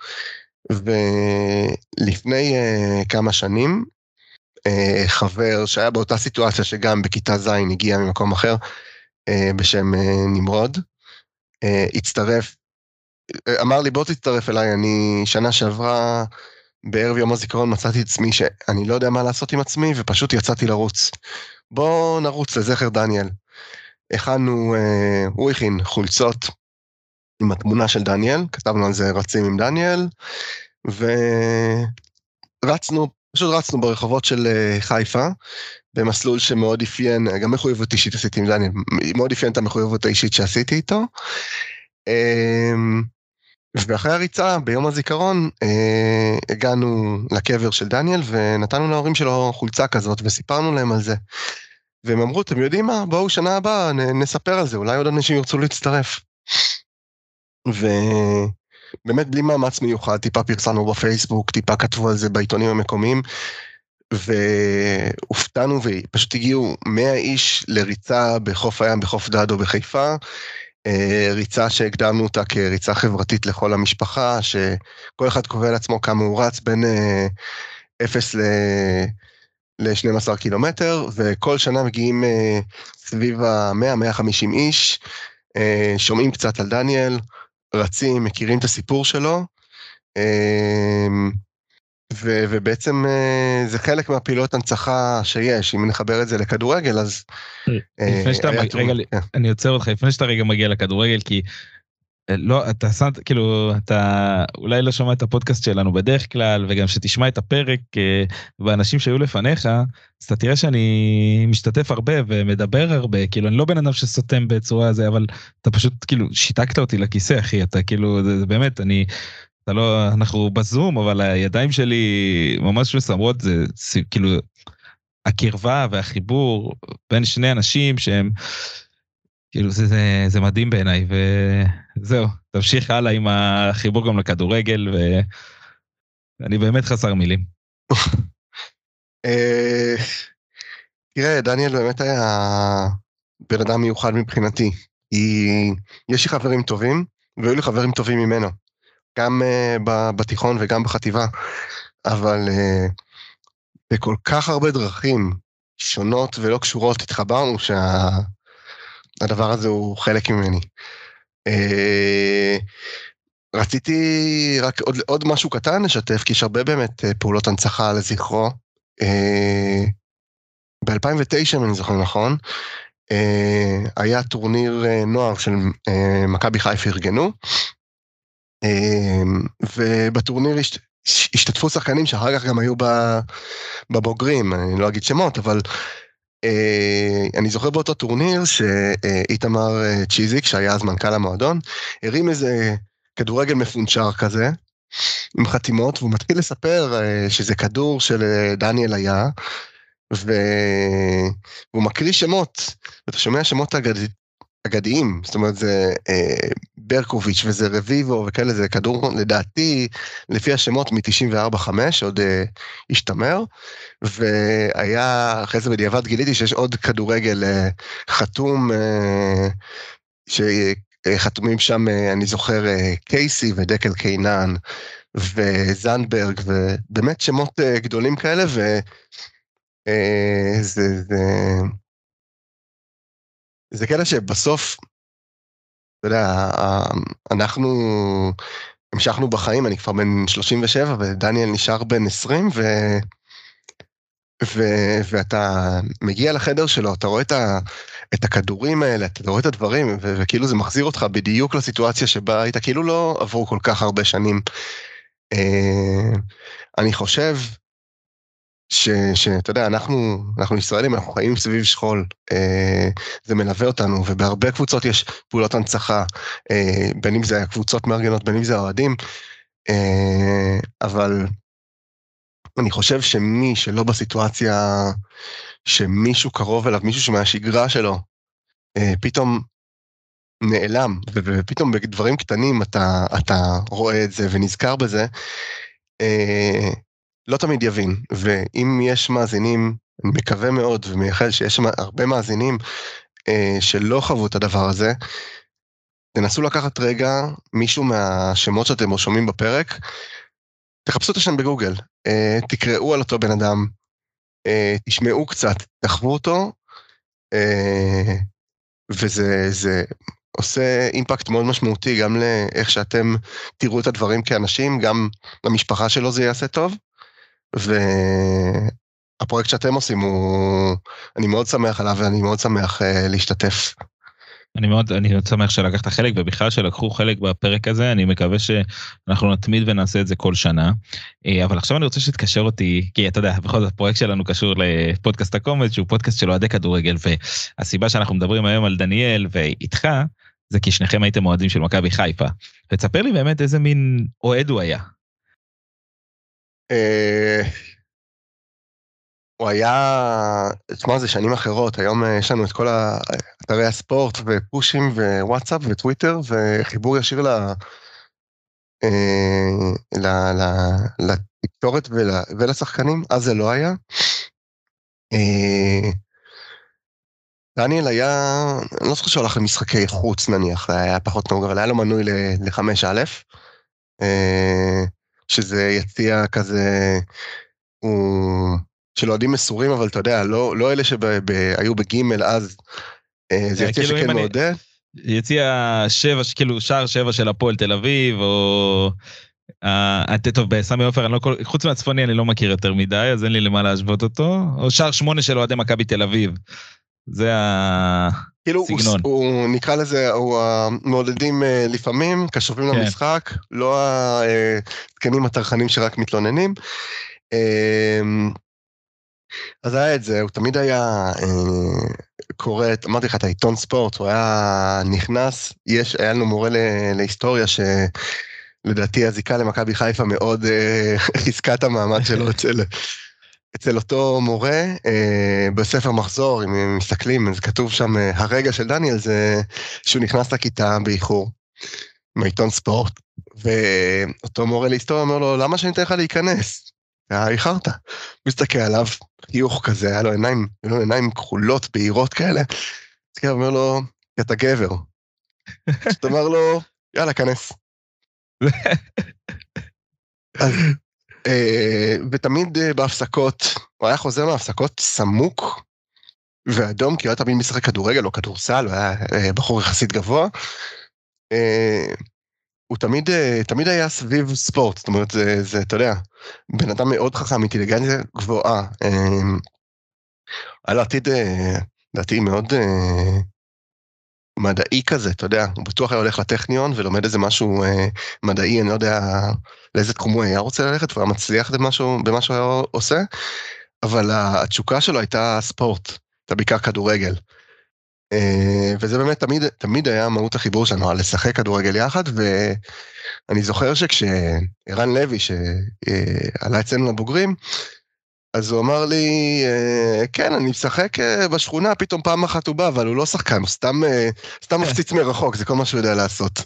ולפני כמה שנים, חבר שהיה באותה סיטואציה שגם בכיתה ז' הגיע ממקום אחר, בשם נמרוד, הצטרף, אמר לי בוא תצטרף אליי, אני שנה שעברה בערב יום הזיכרון מצאתי את עצמי שאני לא יודע מה לעשות עם עצמי, ופשוט יצאתי לרוץ. בוא נרוץ לזכר דניאל. הוא הכין חולצות עם התמונה של דניאל, כתבנו על זה רצים עם דניאל, פשוט רצנו ברחובות של חיפה, במסלול שמאוד אפיין, גם מחויבות אישית עשיתי עם דניאל, מאוד אפיין את המחויבות האישית שעשיתי איתו, ואחרי הריצה, ביום הזיכרון, הגענו לקבר של דניאל, ונתנו להורים שלו חולצה כזאת, וסיפרנו להם על זה. והם אמרו, אתם יודעים מה? בואו שנה הבאה, נספר על זה, אולי עוד אנשים ירצו להצטרף. ובאמת בלי מאמץ מיוחד, טיפה פרסמנו בפייסבוק, טיפה כתבו על זה בעיתונים המקומיים, והופתענו, ופשוט הגיעו 100 איש לריצה בחוף הים, בחוף דדו בחיפה, ריצה שהקדמנו אותה כריצה חברתית לכל המשפחה, שכל אחד קובע לעצמו כמה הוא רץ, בין 0 ל-12 קילומטר, וכל שנה מגיעים סביב ה-100-150 איש, שומעים קצת על דניאל, רצים, מכירים את הסיפור שלו, ובעצם זה חלק מהפעילות הנצחה שיש, אם נחבר את זה לכדורגל, אז... אני עוצר אותך, לפני שאתה רגע מגיע לכדורגל, כי לא, אתה אולי לא שומע את הפודקאסט שלנו בדרך כלל, וגם שתשמע את הפרק, ואנשים שהיו לפניך, אז אתה תראה שאני משתתף הרבה ומדבר הרבה, כאילו אני לא בן אדם שסותם בצורה הזה, אבל אתה פשוט כאילו שיתקת אותי לכיסא, אחי, אתה כאילו, זה באמת, אנחנו בזום, אבל הידיים שלי ממש מסמרות, זה כאילו, הקרבה והחיבור בין שני אנשים שהם, כאילו זה מדהים בעיניי, וזהו, תמשיך הלאה עם החיבור גם לכדורגל, אני באמת חסר מילים. תראה, דניאל באמת היה בן אדם מיוחד מבחינתי. יש לי חברים טובים, והיו לי חברים טובים ממנו. גם בתיכון וגם בחטיבה. אבל בכל כך הרבה דרכים שונות ולא קשורות התחברנו שהדבר הזה הוא חלק ממני. רציתי רק עוד משהו קטן לשתף, כי יש הרבה באמת פעולות הנצחה לזכרו. ב-2009, אם אני זוכר נכון, היה טורניר נוער של מכבי חיפה ארגנו, ובטורניר השתתפו שחקנים שאחר כך גם היו בבוגרים, אני לא אגיד שמות, אבל אני זוכר באותו טורניר שאיתמר צ'יזיק, שהיה אז מנכ"ל המועדון, הרים איזה כדורגל מפונצ'ר כזה, עם חתימות, והוא מתחיל לספר שזה כדור של דניאל היה, והוא מקריא שמות, ואתה שומע שמות אגדיים, זאת אומרת זה ברקוביץ' וזה רביבו וכאלה, זה כדור לדעתי לפי השמות מ-94-5 עוד השתמר, והיה אחרי זה בדיעבד גיליתי שיש עוד כדורגל חתום, שחתומים שם אני זוכר קייסי ודקל קיינן וזנדברג, ובאמת שמות גדולים כאלה, זה כאלה שבסוף, אתה יודע, אנחנו המשכנו בחיים, אני כבר בן 37, ודניאל נשאר בן 20, ואתה מגיע לחדר שלו, אתה רואה את הכדורים האלה, אתה רואה את הדברים, וכאילו זה מחזיר אותך בדיוק לסיטואציה שבה היית, כאילו לא עברו כל כך הרבה שנים. אני חושב שאתה יודע, אנחנו ישראלים, אנחנו חיים סביב שכול, זה מלווה אותנו, ובהרבה קבוצות יש פעולות הנצחה, בין אם זה הקבוצות מארגנות, בין אם זה האוהדים, אבל אני חושב שמי שלא בסיטואציה, שמישהו קרוב אליו, מישהו שמהשגרה שלו, פתאום נעלם, ופתאום בדברים קטנים אתה רואה את זה ונזכר בזה, לא תמיד יבין, ואם יש מאזינים, אני מקווה מאוד ומייחל שיש הרבה מאזינים שלא חוו את הדבר הזה, תנסו לקחת רגע מישהו מהשמות שאתם שומעים בפרק, תחפשו את השם בגוגל, תקראו על אותו בן אדם, תשמעו קצת, תחוו אותו, וזה עושה אימפקט מאוד משמעותי גם לאיך שאתם תראו את הדברים כאנשים, גם למשפחה שלו זה יעשה טוב, והפרויקט שאתם עושים אני מאוד שמח עליו ואני מאוד שמח להשתתף. אני מאוד שמח שלקחת חלק, ובכלל שלקחו חלק בפרק הזה, אני מקווה שאנחנו נתמיד ונעשה את זה כל שנה, אבל עכשיו אני רוצה שתקשר אותי, כי אתה יודע, בכל זאת הפרויקט שלנו קשור לפודקאסט הקומץ, שהוא פודקאסט של אוהדי כדורגל, והסיבה שאנחנו מדברים היום על דניאל ואיתך, זה כי שניכם הייתם אוהדים של מכבי חיפה, ותספר לי באמת איזה מין אוהד הוא היה. הוא היה, תשמע, זה שנים אחרות, היום יש לנו את כל אתרי הספורט ופושים ווואטסאפ וטוויטר, וחיבור ישיר לתקשורת ולשחקנים, אז זה לא היה. דניאל היה, אני לא זוכר שהולך למשחקי חוץ נניח, היה פחות נוג, אבל היה לו מנוי ל-5א, שזה יציע כזה, של אוהדים מסורים, אבל אתה יודע, לא אלה שהיו בגימל אז, זה יציע שכן מעודד. יציע 7, כאילו שער 7 של הפועל תל אביב, או... טוב, בסמי עופר, חוץ מהצפוני אני לא מכיר יותר מדי, אז אין לי למה להשוות אותו, או שער 8 של אוהדי מכבי תל אביב. זה הסגנון. הוא נקרא לזה, הוא המעודדים לפעמים, קשובים למשחק, לא התקנים הטרחנים שרק מתלוננים. אז היה את זה, הוא תמיד היה קורא, אמרתי לך, את העיתון ספורט, הוא היה נכנס, היה לנו מורה להיסטוריה שלדעתי הזיקה למכבי חיפה מאוד חיזקה את המעמד שלו אצל אותו מורה, בספר מחזור, אם מסתכלים, אז כתוב שם, הרגע של דניאל זה שהוא נכנס לכיתה באיחור, מעיתון ספורט, ואותו מורה להיסטוריה אומר לו, למה שאני אתן לך להיכנס? איחרת. מסתכל עליו, חיוך כזה, היה לו עיניים כחולות, בהירות כאלה, מסתכל אומר לו, אתה גבר. זאת אומר לו, יאללה, כנס. אז, ותמיד בהפסקות, הוא היה חוזר מההפסקות סמוק, ואדום, כי הוא היה תמיד משחק כדורגל או כדורסל, הוא היה בחור יחסית גבוה, הוא תמיד היה סביב ספורט, זאת אומרת, זה, אתה יודע, בן אדם מאוד חכם, אינטליגנציה גבוהה, היה לעתיד, דעתי מאוד מדעי כזה, אתה יודע, הוא בטוח היה הולך לטכניון ולומד איזה משהו מדעי, אני לא יודע לאיזה תחום הוא היה רוצה ללכת, והוא היה מצליח במה שהוא היה עושה, אבל התשוקה שלו הייתה ספורט, הייתה בעיקר כדורגל. וזה באמת תמיד היה מהות החיבור שלנו, לשחק כדורגל יחד, ואני זוכר שכשערן לוי, שעלה אצלנו לבוגרים, אז הוא אמר לי, כן, אני משחק בשכונה, פתאום פעם אחת הוא בא, אבל הוא לא שחקן, הוא סתם מפציץ מרחוק, זה כל מה שהוא יודע לעשות.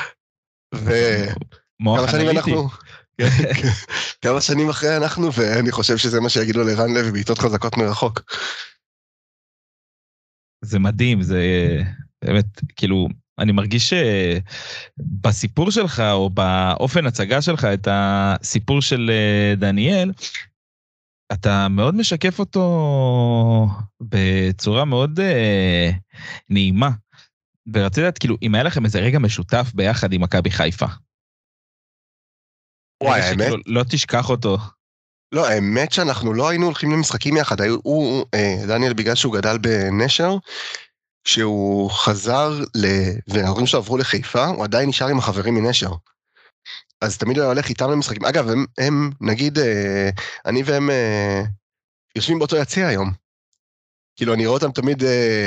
מוח אנליטי. כמה שנים אחרי אנחנו, ואני חושב שזה מה שיגידו לערן לוי, בעיטות חזקות מרחוק. זה מדהים, זה באמת, כאילו, אני מרגיש שבסיפור שלך, או באופן הצגה שלך, את הסיפור של דניאל, אתה מאוד משקף אותו בצורה מאוד נעימה. ורציתי לדעת, כאילו, אם היה לכם איזה רגע משותף ביחד עם מכבי חיפה. וואי, האמת? לא תשכח אותו. לא, האמת שאנחנו לא היינו הולכים למשחקים יחד, דניאל בגלל שהוא גדל בנשר, כשהוא חזר, וההורים שלו עברו לחיפה, הוא עדיין נשאר עם החברים מנשר. אז תמיד הוא היה הולך איתם למשחקים. אגב, הם נגיד, אני והם יושבים באותו יציע היום. כאילו, אני רואה אותם תמיד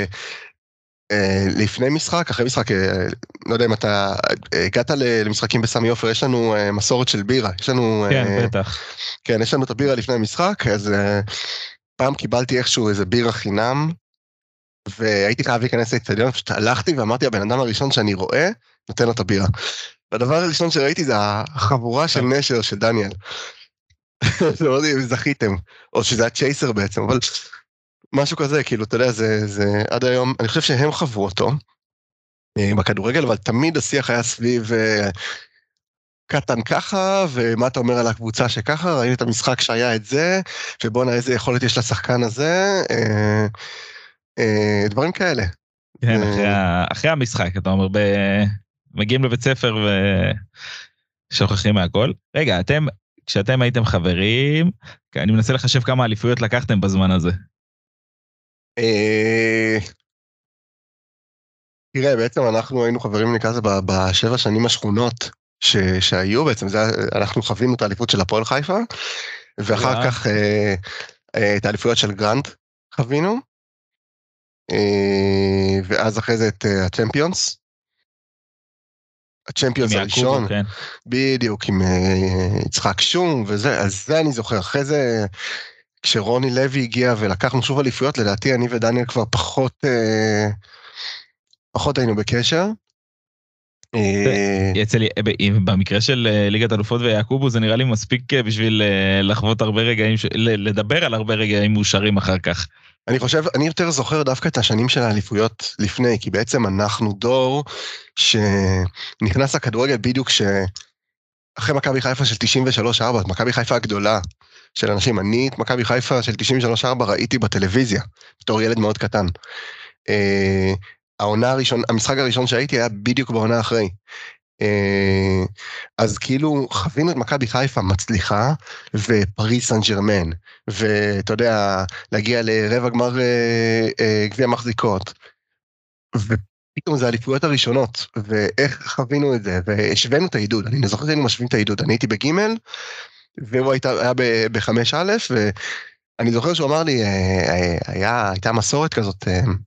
לפני משחק, אחרי משחק, לא יודע אם אתה הגעת למשחקים בסמי עופר, יש לנו מסורת של בירה, יש לנו... כן, בטח. כן, יש לנו את הבירה לפני המשחק, אז פעם קיבלתי איכשהו איזה בירה חינם, והייתי חייב להיכנס לאצטדיון, פשוט הלכתי ואמרתי, הבן אדם הראשון שאני רואה, נותן לו את הבירה. והדבר הראשון שראיתי זה החבורה של נשר, של דניאל. לא יודע אם זכיתם, או שזה היה צ'ייסר בעצם, אבל משהו כזה, כאילו, אתה יודע, זה עד היום, אני חושב שהם חוו אותו בכדורגל, אבל תמיד השיח היה סביב קטן ככה, ומה אתה אומר על הקבוצה שככה, ראינו את המשחק שהיה את זה, ובואנה איזה יכולת יש לשחקן הזה, דברים כאלה. כן, אחרי המשחק, אתה אומר, מגיעים לבית ספר ושוכחים מהכל. רגע, כשאתם הייתם חברים, אני מנסה לחשב כמה אליפויות לקחתם בזמן הזה. תראה, בעצם אנחנו היינו חברים נקרא זה בשבע שנים השכונות שהיו, בעצם אנחנו חווינו את האליפות של הפועל חיפה, ואחר כך את האליפויות של גרנט חווינו, ואז אחרי זה את הצ'מפיונס. הצ'מפיונס הראשון, כן. בדיוק, עם יצחק שום וזה, אז זה אני זוכר. אחרי זה, כשרוני לוי הגיע ולקחנו שוב אליפויות, לדעתי אני ודניאל כבר פחות היינו בקשר. במקרה של ליגת אלופות ויעקובו, זה נראה לי מספיק בשביל לחוות הרבה רגעים, לדבר על הרבה רגעים מאושרים אחר כך. אני יותר זוכר דווקא את השנים של האליפויות לפני, כי בעצם אנחנו דור שנכנס לכדורגל בדיוק אחרי מכבי חיפה של 93-4, מכבי חיפה הגדולה של אנשים. אני את מכבי חיפה של 93-4 ראיתי בטלוויזיה, בתור ילד מאוד קטן. המשחק הראשון שהייתי היה בדיוק בעונה אחרי. אז כאילו חווינו את מכבי חיפה מצליחה, ופריס סן ז'רמן, ואתה יודע, להגיע לרבע גמר גביע מחזיקות, ופתאום זה האליפויות הראשונות, ואיך חווינו את זה, והשווינו את העידוד. אני זוכר שהיינו משווים את העידוד, אני הייתי בגימל, והוא היה ב5 א', ואני זוכר שהוא אמר לי, הייתה מסורת כזאת,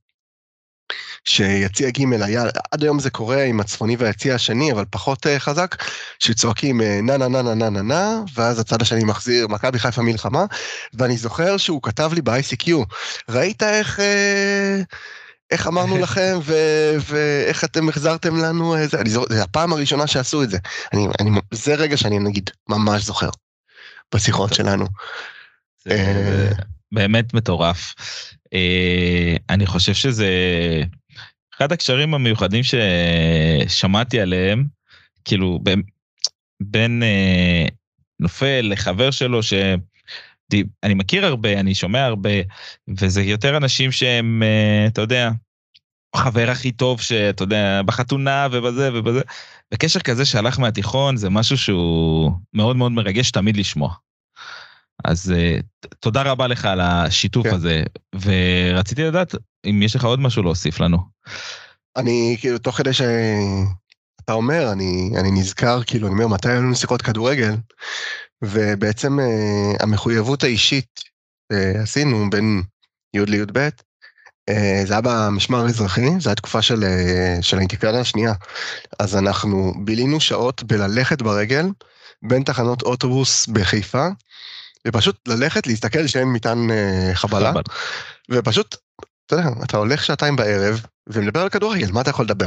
שיציע ג' היה, עד היום זה קורה עם הצפוני והיציע השני, אבל פחות חזק, שצועקים נה נה נה נה נה נה נה, ואז הצד השני מחזיר מכבי חיפה מלחמה, ואני זוכר שהוא כתב לי ב-ICQ, ראית איך אמרנו לכם, ואיך אתם החזרתם לנו, זה הפעם הראשונה שעשו את זה. זה רגע שאני נגיד ממש זוכר, בשיחות שלנו. זה באמת מטורף. אני חושב שזה אחד הקשרים המיוחדים ששמעתי עליהם, כאילו בין נופל לחבר שלו, אני מכיר הרבה, אני שומע הרבה, וזה יותר אנשים שהם, אתה יודע, החבר הכי טוב שאתה יודע, בחתונה ובזה ובזה, וקשר כזה שהלך מהתיכון, זה משהו שהוא מאוד מאוד מרגש תמיד לשמוע. אז תודה רבה לך על השיתוף הזה, ורציתי לדעת אם יש לך עוד משהו להוסיף לנו. אני כאילו, תוך כדי שאתה אומר, אני נזכר, כאילו, אני אומר, מתי היו לנו שיחות כדורגל, ובעצם המחויבות האישית עשינו בין י' לי"ב, זה היה במשמר האזרחי, זה היה תקופה של האינתיפאדה השנייה, אז אנחנו בילינו שעות בללכת ברגל, בין תחנות אוטובוס בחיפה, ופשוט ללכת להסתכל שאין מטען חבלה, ופשוט, אתה יודע, אתה הולך שעתיים בערב, ומדבר על כדורגל, מה אתה יכול לדבר?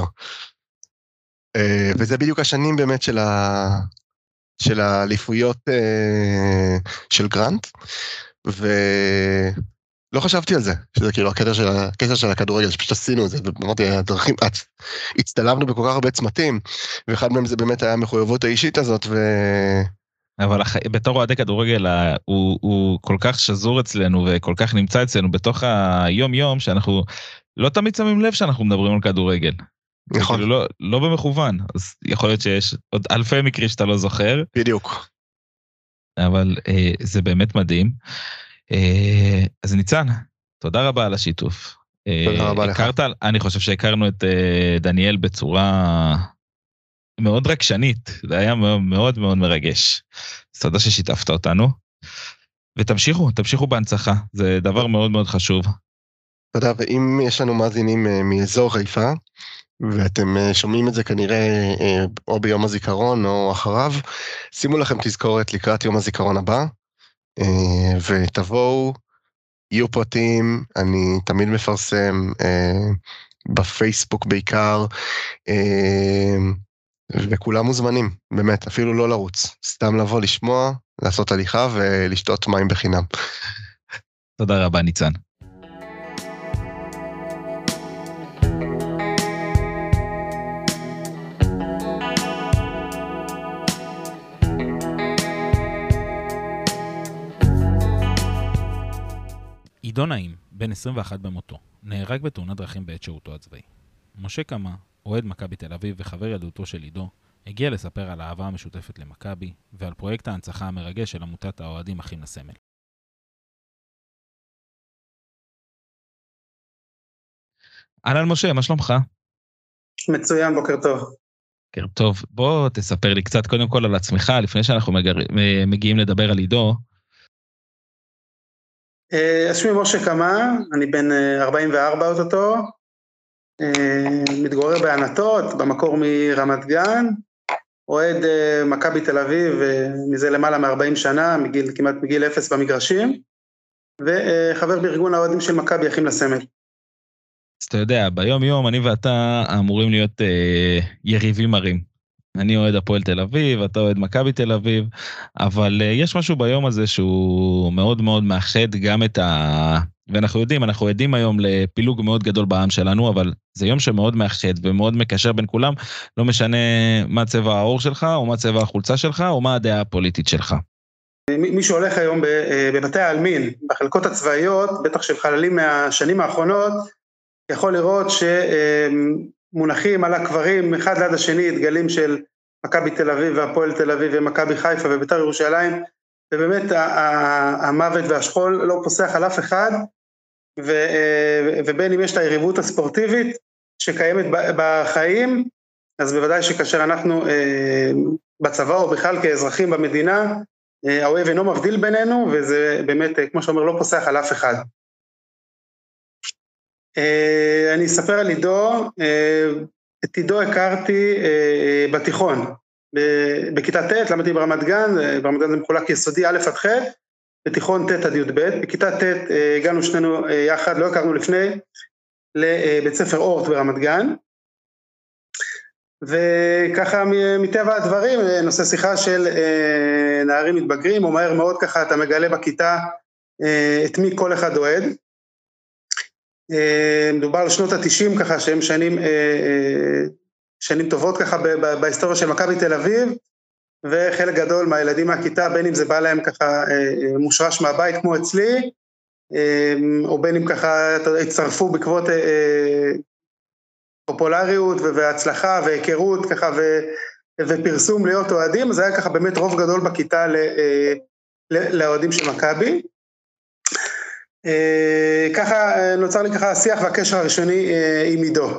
וזה בדיוק השנים באמת של האליפויות של גרנט, ולא חשבתי על זה, שזה כאילו הקטע של הכדורגל, שפשוט עשינו את זה, ואמרתי, הדרכים, הצטלבנו בכל כך הרבה צמתים, ואחד מהם זה באמת היה המחויבות האישית הזאת, אבל בתור אוהדי כדורגל, הוא כל כך שזור אצלנו, וכל כך נמצא אצלנו בתוך היום-יום, שאנחנו לא תמיד שמים לב שאנחנו מדברים על כדורגל. נכון. כאילו לא במכוון, אז יכול להיות שיש עוד אלפי מקרים שאתה לא זוכר. בדיוק. אבל זה באמת מדהים. אז ניצן, תודה רבה על השיתוף. תודה רבה לך. אני חושב שהכרנו את דניאל בצורה מאוד רגשנית, זה היה מאוד מאוד מרגש. אז תודה ששיתפת אותנו, ותמשיכו בהנצחה, זה דבר מאוד מאוד חשוב. תודה, ואם יש לנו מאזינים מאזור חיפה, ואתם שומעים את זה כנראה או ביום הזיכרון או אחריו, שימו לכם תזכורת לקראת יום הזיכרון הבא, ותבואו, יהיו פרטים, אני תמיד מפרסם בפייסבוק בעיקר, וכולם מוזמנים, באמת, אפילו לא לרוץ, סתם לבוא לשמוע, לעשות הליכה ולשתות מים בחינם. תודה רבה ניצן. עידו נעים, בן 21 במותו, נהרג בתאונת דרכים בעת שירותו הצבאי. משה קמה, אוהד מכבי תל אביב וחבר ילדותו של עידו, הגיע לספר על האהבה המשותפת למכבי ועל פרויקט ההנצחה המרגש של עמותת האוהדים אחים לסמל. אהלן משה, מה שלומך? מצוין, בוקר טוב. בוקר טוב, בוא תספר לי קצת קודם כל על עצמך, לפני שאנחנו מגיעים לדבר על עידו. שמי משה קמה, אני בן 44 אותו, מתגורר בענתות, במקור מרמת גן, אוהד מכבי תל אביב מזה למעלה מ-40 שנה, כמעט מגיל 0 במגרשים, וחבר בארגון האוהדים של מכבי אחים לסמל. אז אתה יודע, ביום יום אני ואתה אמורים להיות יריבים מרים. אני אוהד הפועל תל אביב, אתה אוהד מכבי תל אביב, אבל יש משהו ביום הזה שהוא מאוד מאוד מאחד גם את ואנחנו יודעים, אנחנו עדים היום לפילוג מאוד גדול בעם שלנו, אבל זה יום שמאוד מאחד ומאוד מקשר בין כולם, לא משנה מה צבע העור שלך, או מה צבע החולצה שלך, או מה הדעה הפוליטית שלך. מי שהולך היום בבתי העלמין, בחלקות הצבאיות, בטח של חללים מהשנים האחרונות, יכול לראות שמונחים על הקברים אחד ליד השני דגלים של מכבי תל אביב והפועל תל אביב ומכבי חיפה ובית"ר ירושלים, ובאמת המוות והשכול לא פוסח על אף אחד, ובין אם יש את היריבות הספורטיבית שקיימת בחיים, אז בוודאי שכאשר אנחנו בצבא או בכלל כאזרחים במדינה, האוהב אינו מבדיל בינינו, וזה באמת, כמו שאומר, לא פוסח על אף אחד. אני אספר על עידו, את עידו הכרתי בתיכון, בכיתה ט', למדתי ברמת גן, ברמת גן זה מחולק יסודי א' עד ח', בתיכון ט' עד י"ב, בכיתה ט' הגענו שנינו יחד, לא הכרנו לפני, לבית ספר אורט ברמת גן, וככה מטבע הדברים, נושא שיחה של נערים מתבגרים, או מהר מאוד ככה אתה מגלה בכיתה את מי כל אחד אוהד. מדובר על שנות ה-90 ככה, שהם שנים טובות ככה בהיסטוריה של מכבי תל אביב, וחלק גדול מהילדים מהכיתה, בין אם זה בא להם ככה מושרש מהבית כמו אצלי, או בין אם ככה הצטרפו בעקבות פופולריות והצלחה והיכרות ככה ופרסום להיות אוהדים, זה היה ככה באמת רוב גדול בכיתה לאוהדים של מכבי. ככה נוצר לי ככה השיח והקשר הראשוני עם עידו.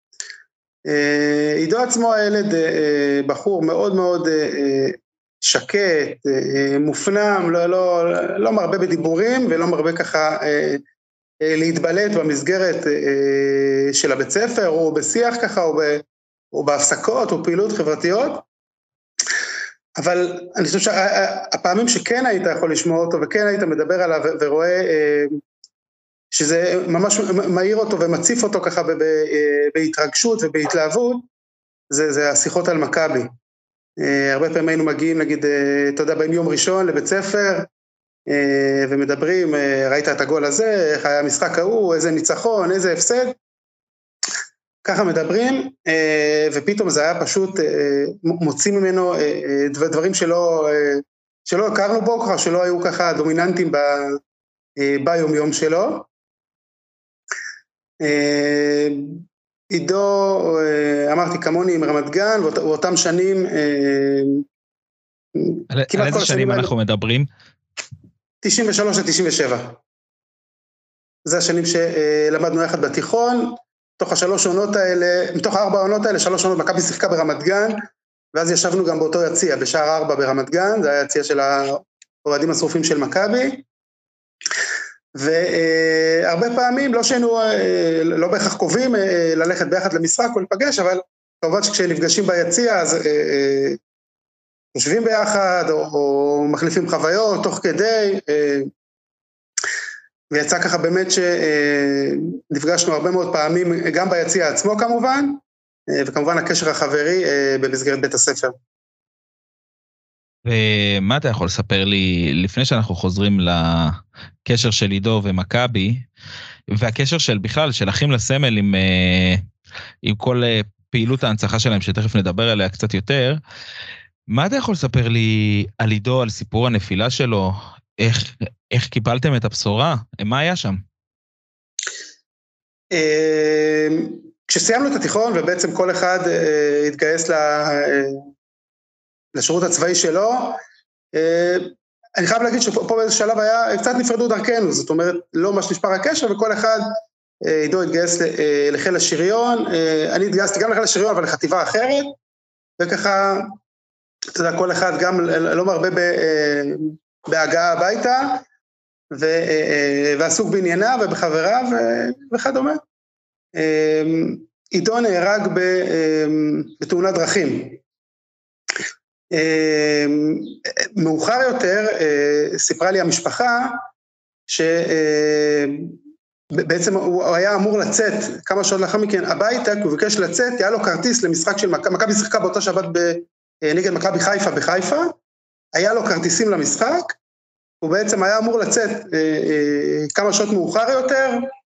עידו עצמו הילד בחור מאוד מאוד שקט, מופנם, לא מרבה בדיבורים ולא מרבה ככה להתבלט במסגרת של הבית ספר או בשיח ככה או בהפסקות או פעילות חברתיות, אבל אני חושב שהפעמים שכן היית יכול לשמוע אותו וכן היית מדבר עליו ורואה שזה ממש מהיר אותו ומציף אותו ככה בהתרגשות ובהתלהבות, זה השיחות על מכבי. הרבה פעמים היינו מגיעים, נגיד, אתה יודע, בין יום ראשון לבית ספר, ומדברים, ראית את הגול הזה, איך היה המשחק ההוא, איזה ניצחון, איזה הפסד, ככה מדברים, ופתאום זה היה פשוט מוציא ממנו דברים שלא הכרנו בו, ככה שלא היו ככה דומיננטיים ביום יום שלו. עידו, אמרתי כמוני עם רמת גן, ואותם שנים, על איזה שנים אנחנו מדברים? 93 ל-97. זה השנים שלמדנו יחד בתיכון, מתוך 4 עונות האלה, 3 עונות מכבי שיחקה ברמת גן, ואז ישבנו גם באותו יציע, בשער 4 ברמת גן, זה היה יציע של האוהדים השרופים של מכבי, והרבה פעמים, לא שהיינו, לא בהכרח קובעים ללכת ביחד למשחק או לפגש, אבל כמובן שכשנפגשים ביציע, אז יושבים ביחד, או מחליפים חוויות, תוך כדי, ויצא ככה באמת שנפגשנו הרבה מאוד פעמים, גם ביציע עצמו כמובן, וכמובן הקשר החברי במסגרת בית הספר. ומה אתה יכול לספר לי, לפני שאנחנו חוזרים לקשר של עידו ומכבי, והקשר של בכלל, של אחים לסמל עם כל פעילות ההנצחה שלהם, שתכף נדבר עליה קצת יותר, מה אתה יכול לספר לי על עידו, על סיפור הנפילה שלו, איך קיבלתם את הבשורה? מה היה שם? כשסיימנו את התיכון, ובעצם כל אחד התגייס לשירות הצבאי שלו, אני חייב להגיד שפה באיזה שלב היה, קצת נפרדו דרכנו, זאת אומרת, לא ממש נשפר הקשר, וכל אחד, עידו התגייס לחיל השריון, אני התגייסתי גם לחיל השריון, אבל לחטיבה אחרת, וככה, אתה יודע, כל אחד גם לא מרבה בהגעה הביתה, ועסוק בענייניו ובחבריו וכדומה. עידו נהרג בתאונת דרכים. מאוחר יותר סיפרה לי המשפחה שבעצם הוא היה אמור לצאת כמה שעות לאחר מכן הביתה, כי הוא ביקש לצאת, היה לו כרטיס למשחק של מכבי שיחקה באותה שבת נגד מכבי חיפה בחיפה, היה לו כרטיסים למשחק, הוא בעצם היה אמור לצאת כמה שעות מאוחר יותר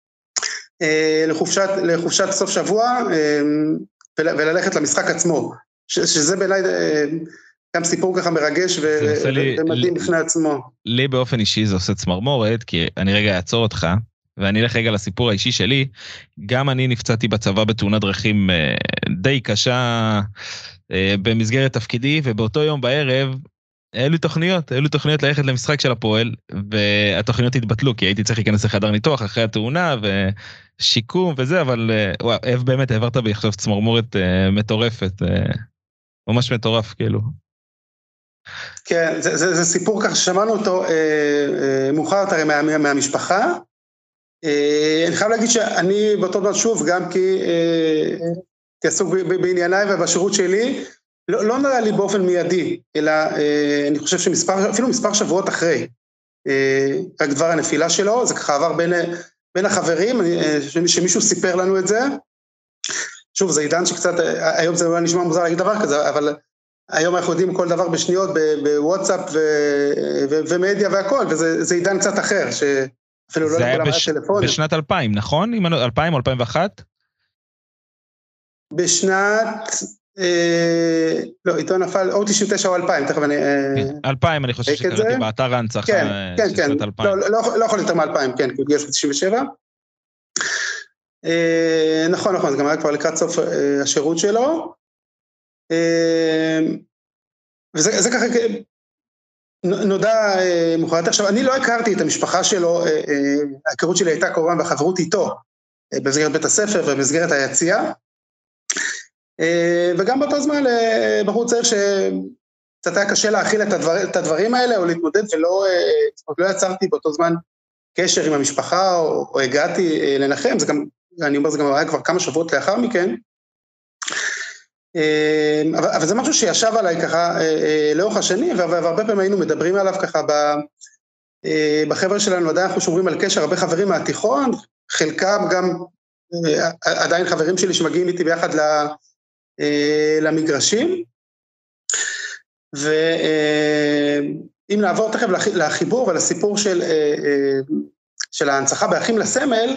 לחופשת סוף שבוע וללכת למשחק עצמו, שזה בעיניי גם סיפור ככה מרגש ומדהים בפני עצמו. לי באופן אישי זה עושה צמרמורת, כי אני רגע אעצור אותך, ואני אלך רגע לסיפור האישי שלי. גם אני נפצעתי בצבא בתאונת דרכים די קשה במסגרת תפקידי, ובאותו יום בערב היו לי תוכניות ללכת למשחק של הפועל, והתוכניות התבטלו, כי הייתי צריך להיכנס לחדר ניתוח אחרי התאונה, ושיקום וזה, אבל באמת העברת בי עכשיו צמרמורת מטורפת, ממש מטורף כאילו. כן, זה סיפור כך ששמענו אותו מאוחר יותר מהמשפחה. אני חייב להגיד שאני באותו דבר שוב, גם כי עסוק בענייניי ובשירות שלי, לא נראה לי באופן מיידי, אלא אני חושב אפילו מספר שבועות אחרי, רק דבר הנפילה שלו, זה ככה עבר בין החברים, שמישהו סיפר לנו את זה, שוב, זה עידן שקצת, היום זה לא נשמע מוזר להגיד דבר כזה, אבל היום אנחנו יודעים כל דבר בשניות, בוואטסאפ ומדיה והכל, וזה עידן קצת אחר, שאפילו לא לכולם היה טלפונים. בשנת 2000, נכון? 2000 או 2001? בשנת, לא, איתו נפל, או 99 או 2000, תכף אני... 2000, אני חושב שקראתי באתר ההנצחה של שנת 2000. לא יכול יותר מ-2000, כן, כי הוא גייס ב-97. נכון, זה גם היה כבר לקראת סוף השירות שלו. וזה ככה נודע מוחלט. עכשיו, אני לא הכרתי את המשפחה שלו, ההיכרות שלי הייתה כמובן והחברות איתו, במסגרת בית הספר ובמסגרת היציאה, וגם באותו זמן בחור צעיר שקצת היה קשה להכיל את הדברים האלה, או להתמודד, ולא יצרתי באותו זמן קשר עם המשפחה, או הגעתי לנחם, זה גם, אני אומר, זה גם היה כבר כמה שבועות לאחר מכן, אבל זה משהו שישב עליי ככה לאורך השנים, והרבה פעמים היינו מדברים עליו ככה בחבר'ה שלנו, עדיין אנחנו שומרים על קשר, הרבה חברים מהתיכון, חלקם גם עדיין חברים שלי שמגיעים איתי ביחד למגרשים, ואם נעבור תכף לחיבור ולסיפור של ההנצחה באחים לסמל,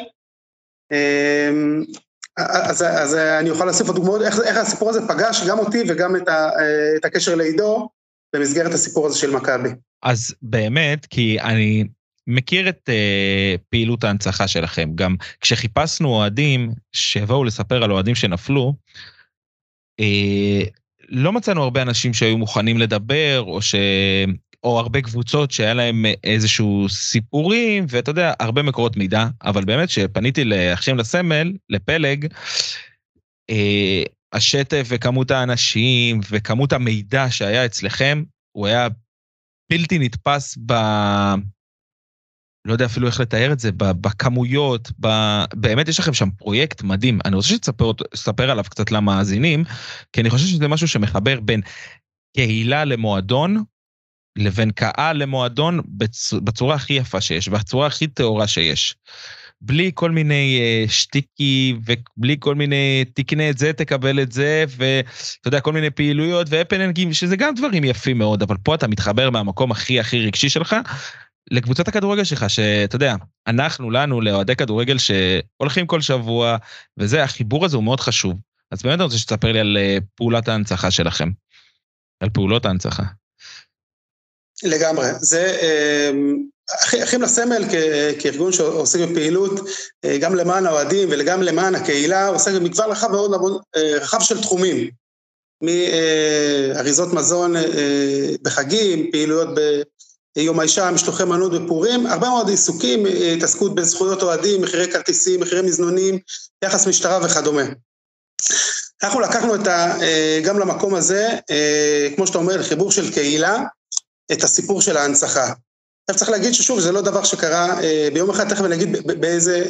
אז אני אוכל להוסיף עוד דוגמאות, איך הסיפור הזה פגש גם אותי וגם את הקשר לעידו, במסגרת הסיפור הזה של מכבי. אז באמת, כי אני מכיר את פעילות ההנצחה שלכם, גם כשחיפשנו אוהדים שיבואו לספר על אוהדים שנפלו, לא מצאנו הרבה אנשים שהיו מוכנים לדבר, או הרבה קבוצות שהיה להם איזשהו סיפורים, ואתה יודע, הרבה מקורות מידע, אבל באמת שפניתי לאחים לסמל, לפלג, השטף וכמות האנשים, וכמות המידע שהיה אצלכם, הוא היה בלתי נתפס לא יודע אפילו איך לתאר את זה, בכמויות, באמת יש לכם שם פרויקט מדהים, אני רוצה שתספר עליו קצת למאזינים, כי אני חושב שזה משהו שמחבר בין קהילה למועדון, לבין קהל למועדון, בצורה הכי יפה שיש, בצורה הכי טהורה שיש. בלי כל מיני שטיקי, ובלי כל מיני תקנה את זה, תקבל את זה, ואתה יודע, כל מיני פעילויות, והפנינגים, שזה גם דברים יפים מאוד, אבל פה אתה מתחבר מהמקום הכי רגשי שלך, לקבוצת הכדורגל שלך, שאתה יודע, לנו, לאוהדי כדורגל שהולכים כל שבוע, וזה, החיבור הזה הוא מאוד חשוב. אז באמת אני רוצה שתספר לי על פעולת ההנצחה שלכם, על פעולות ההנצחה. לגמרי, זה אחים לסמל כארגון שעוסק בפעילות, גם למען האוהדים וגם למען הקהילה, עוסק במגוון רחב מאוד רחב של תחומים, מאריזות מזון בחגים, פעילויות ביום האישה, משלוחי מנות בפורים, הרבה מאוד עיסוקים, התעסקות בזכויות אוהדים, מחירי כרטיסים, מחירי מזנונים, יחס משטרה וכדומה. אנחנו לקחנו גם למקום הזה, כמו שאתה אומר, חיבור של קהילה, את הסיפור של ההנצחה. עכשיו צריך להגיד ששוב, זה לא דבר שקרה ביום אחד, תכף אני אגיד באיזה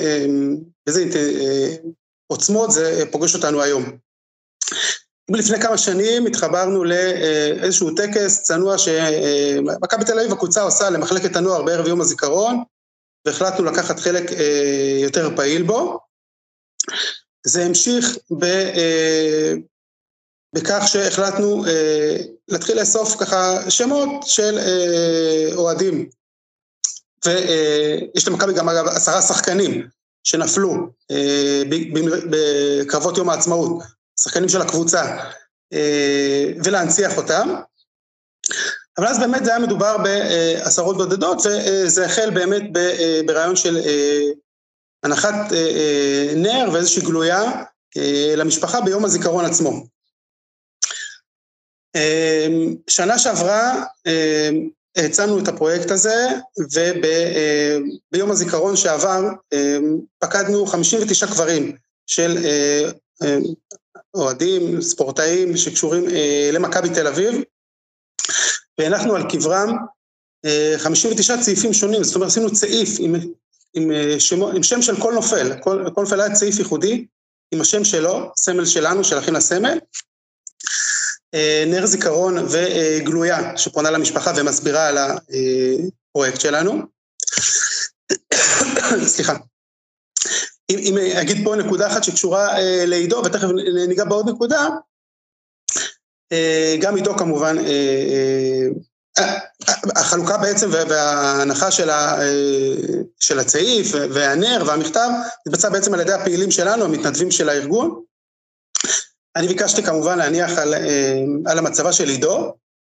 עוצמות זה פוגש אותנו היום. לפני כמה שנים התחברנו לאיזשהו טקס צנוע שמכבי תל אביב הקבוצה עושה למחלקת הנוער בערב יום הזיכרון, והחלטנו לקחת חלק יותר פעיל בו. זה המשיך בכך שהחלטנו להתחיל לאסוף ככה שמות של אוהדים. ויש למכבי גם אגב 10 שחקנים שנפלו בקרבות יום העצמאות, שחקנים של הקבוצה, ולהנציח אותם. אבל אז באמת זה היה מדובר בעשרות בודדות, וזה החל באמת ברעיון של הנחת נר ואיזושהי גלויה למשפחה ביום הזיכרון עצמו. שנה שעברה הצענו את הפרויקט הזה, וביום הזיכרון שעבר פקדנו 59 קברים של אוהדים, ספורטאים שקשורים למכבי תל אביב, והנחנו על קברם 59 צעיפים שונים, זאת אומרת עשינו צעיף עם שם של כל נופל, כל נופל היה צעיף ייחודי, עם השם שלו, סמל שלנו, של אחים לסמל, נר זיכרון וגלויה שפונה למשפחה ומסבירה על הפרויקט שלנו. סליחה. אם אגיד פה נקודה אחת שקשורה לעידו, ותכף ניגע בעוד נקודה, גם עידו כמובן, החלוקה בעצם וההנחה של הצעיף והנר והמכתב, התבצע בעצם על ידי הפעילים שלנו, המתנדבים של הארגון. אני ביקשתי כמובן להניח על המצבה של עידו,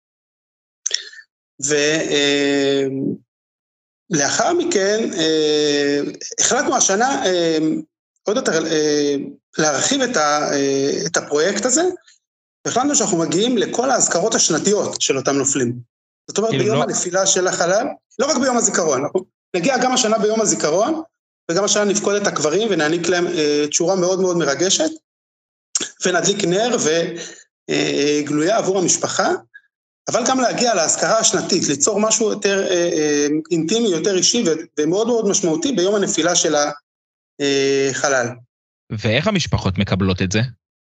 ולאחר מכן החלטנו השנה עוד יותר להרחיב את הפרויקט הזה, והחלטנו שאנחנו מגיעים לכל ההזכרות השנתיות של אותם נופלים. זאת אומרת, ביום הנפילה של החלל, לא רק ביום הזיכרון, אנחנו נגיע גם השנה ביום הזיכרון, וגם השנה נפקוד את הקברים ונעניק להם תשורה מאוד מאוד מרגשת, ונדליק נר וגלויה עבור המשפחה, אבל גם להגיע להזכרה השנתית, ליצור משהו יותר אינטימי, יותר אישי ומאוד מאוד משמעותי ביום הנפילה של החלל. ואיך המשפחות מקבלות את זה?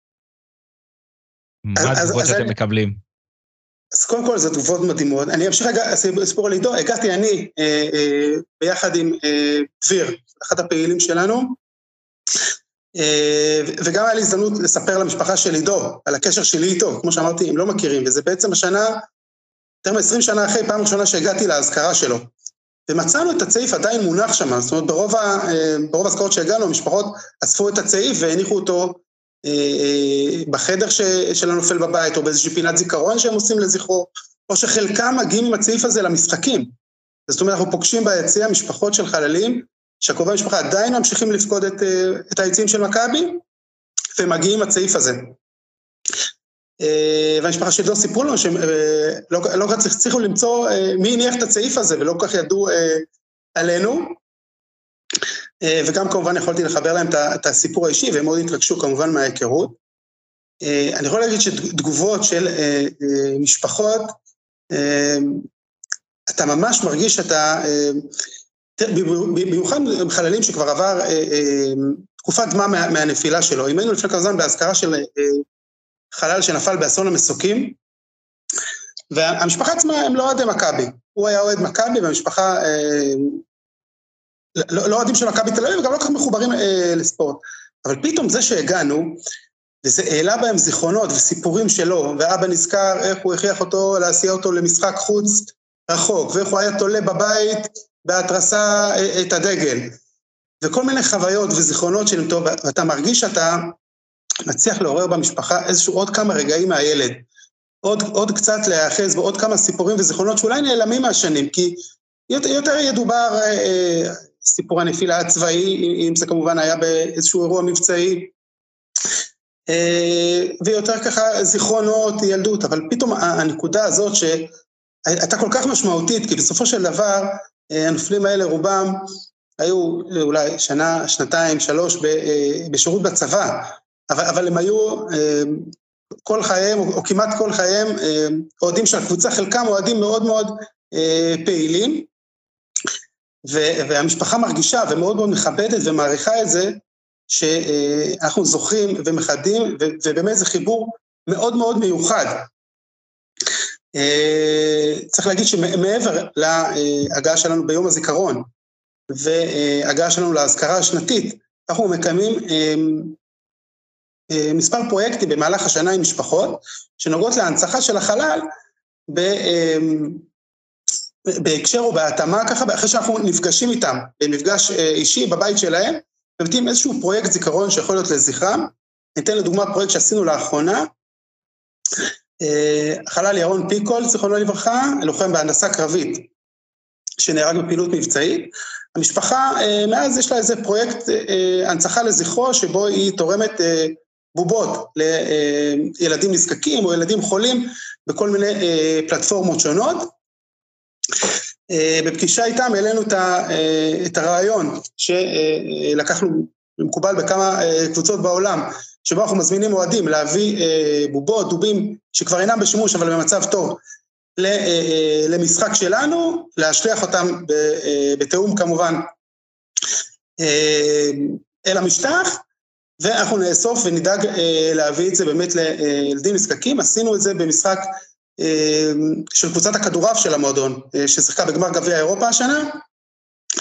מה התגובות שאתם מקבלים? אז קודם כל זה תגובות מדהימות. אני אמשיך רגע, סיפור על עידו, הגעתי אני ביחד עם דביר, אחד הפעילים שלנו, וגם היה לי הזדמנות לספר למשפחה של עידו, על הקשר שלי איתו, כמו שאמרתי, הם לא מכירים, וזה בעצם השנה, יותר מ-20 שנה אחרי, פעם ראשונה שהגעתי להזכרה שלו. ומצאנו את הצעיף עדיין מונח שם, זאת אומרת, ברוב הזכרות שהגענו, המשפחות אספו את הצעיף והניחו אותו בחדר של הנופל בבית, או באיזושהי פינת זיכרון שהם עושים לזכרו, או שחלקם מגיעים עם הצעיף הזה למשחקים. זאת אומרת, אנחנו פוגשים ביציע משפחות של חללים, שהקרובי המשפחה עדיין ממשיכים לפקוד את היציאים של מכבי, ומגיעים עם הצעיף הזה. והמשפחה שלו סיפרו לנו שהם לא צריכו למצוא מי הניח את הצעיף הזה, ולא כל כך ידעו עלינו, וגם כמובן יכולתי לחבר להם את הסיפור האישי, והם מאוד התרגשו כמובן מההיכרות. אני יכול להגיד שתגובות של משפחות, אתה ממש מרגיש שאתה, במיוחד חללים שכבר עבר תקופת מה מהנפילה שלו. אם היינו לפני כמה זמן בהזכרה של חלל שנפל באסון המסוקים, והמשפחה עצמה הם לא אוהדי מכבי, הוא היה אוהד מכבי, והמשפחה לא אוהדים של מכבי תל אביב, וגם לא כך מחוברים לספורט. אבל פתאום זה שהגענו, וזה העלה בהם זיכרונות וסיפורים שלו, ואבא נזכר איך הוא הכריח אותו להסיע אותו למשחק חוץ רחוק, ואיך הוא היה תולה בבית בהתרסה את הדגל, וכל מיני חוויות וזיכרונות של טוב, ואתה מרגיש שאתה מצליח לעורר במשפחה איזשהו עוד כמה רגעים מהילד, עוד קצת להאחז בעוד כמה סיפורים וזיכרונות שאולי נעלמים מהשנים, כי יותר ידובר סיפור הנפילה הצבאי, אם זה כמובן היה באיזשהו אירוע מבצעי, ויותר ככה זיכרונות, ילדות, אבל פתאום הנקודה הזאת שהייתה כל כך משמעותית, כי בסופו של דבר הנופלים האלה רובם היו אולי שנה, שנתיים, 3 בשירות בצבא, אבל הם היו כל חייהם, או כמעט כל חייהם, אוהדים של הקבוצה, חלקם אוהדים מאוד מאוד פעילים, והמשפחה מרגישה ומאוד מאוד מכבדת ומעריכה את זה, שאנחנו זוכרים ומחדים, ובאמת זה חיבור מאוד מאוד מיוחד. צריך להגיד שמעבר להגעה שלנו ביום הזיכרון, והגעה שלנו להזכרה השנתית, אנחנו מקיימים מספר פרויקטים במהלך השנה עם משפחות, שנוגעות להנצחה של החלל, בהקשר או בהתאמה ככה, אחרי שאנחנו נפגשים איתם, במפגש אישי בבית שלהם, ובתים איזשהו פרויקט זיכרון שיכול להיות לזכרם. ניתן לדוגמה פרויקט שעשינו לאחרונה, החלל ירון פיקול, זיכרונו לברכה, לוחם בהנדסה קרבית, שנהרג בפעילות מבצעית. המשפחה, מאז יש לה איזה פרויקט הנצחה לזכרו, שבו היא תורמת בובות לילדים נזקקים או ילדים חולים, בכל מיני פלטפורמות שונות. בפגישה איתם העלינו את הרעיון שלקחנו, מקובל בכמה קבוצות בעולם, שבו אנחנו מזמינים אוהדים להביא בובות, דובים שכבר אינם בשימוש אבל במצב טוב, למשחק שלנו, להשליח אותם בתאום כמובן אל המשטח, ואנחנו נאסוף ונדאג להביא את זה באמת לילדים נזקקים. עשינו את זה במשחק של קבוצת הכדורעף של המועדון, ששיחקה בגמר גביע אירופה השנה,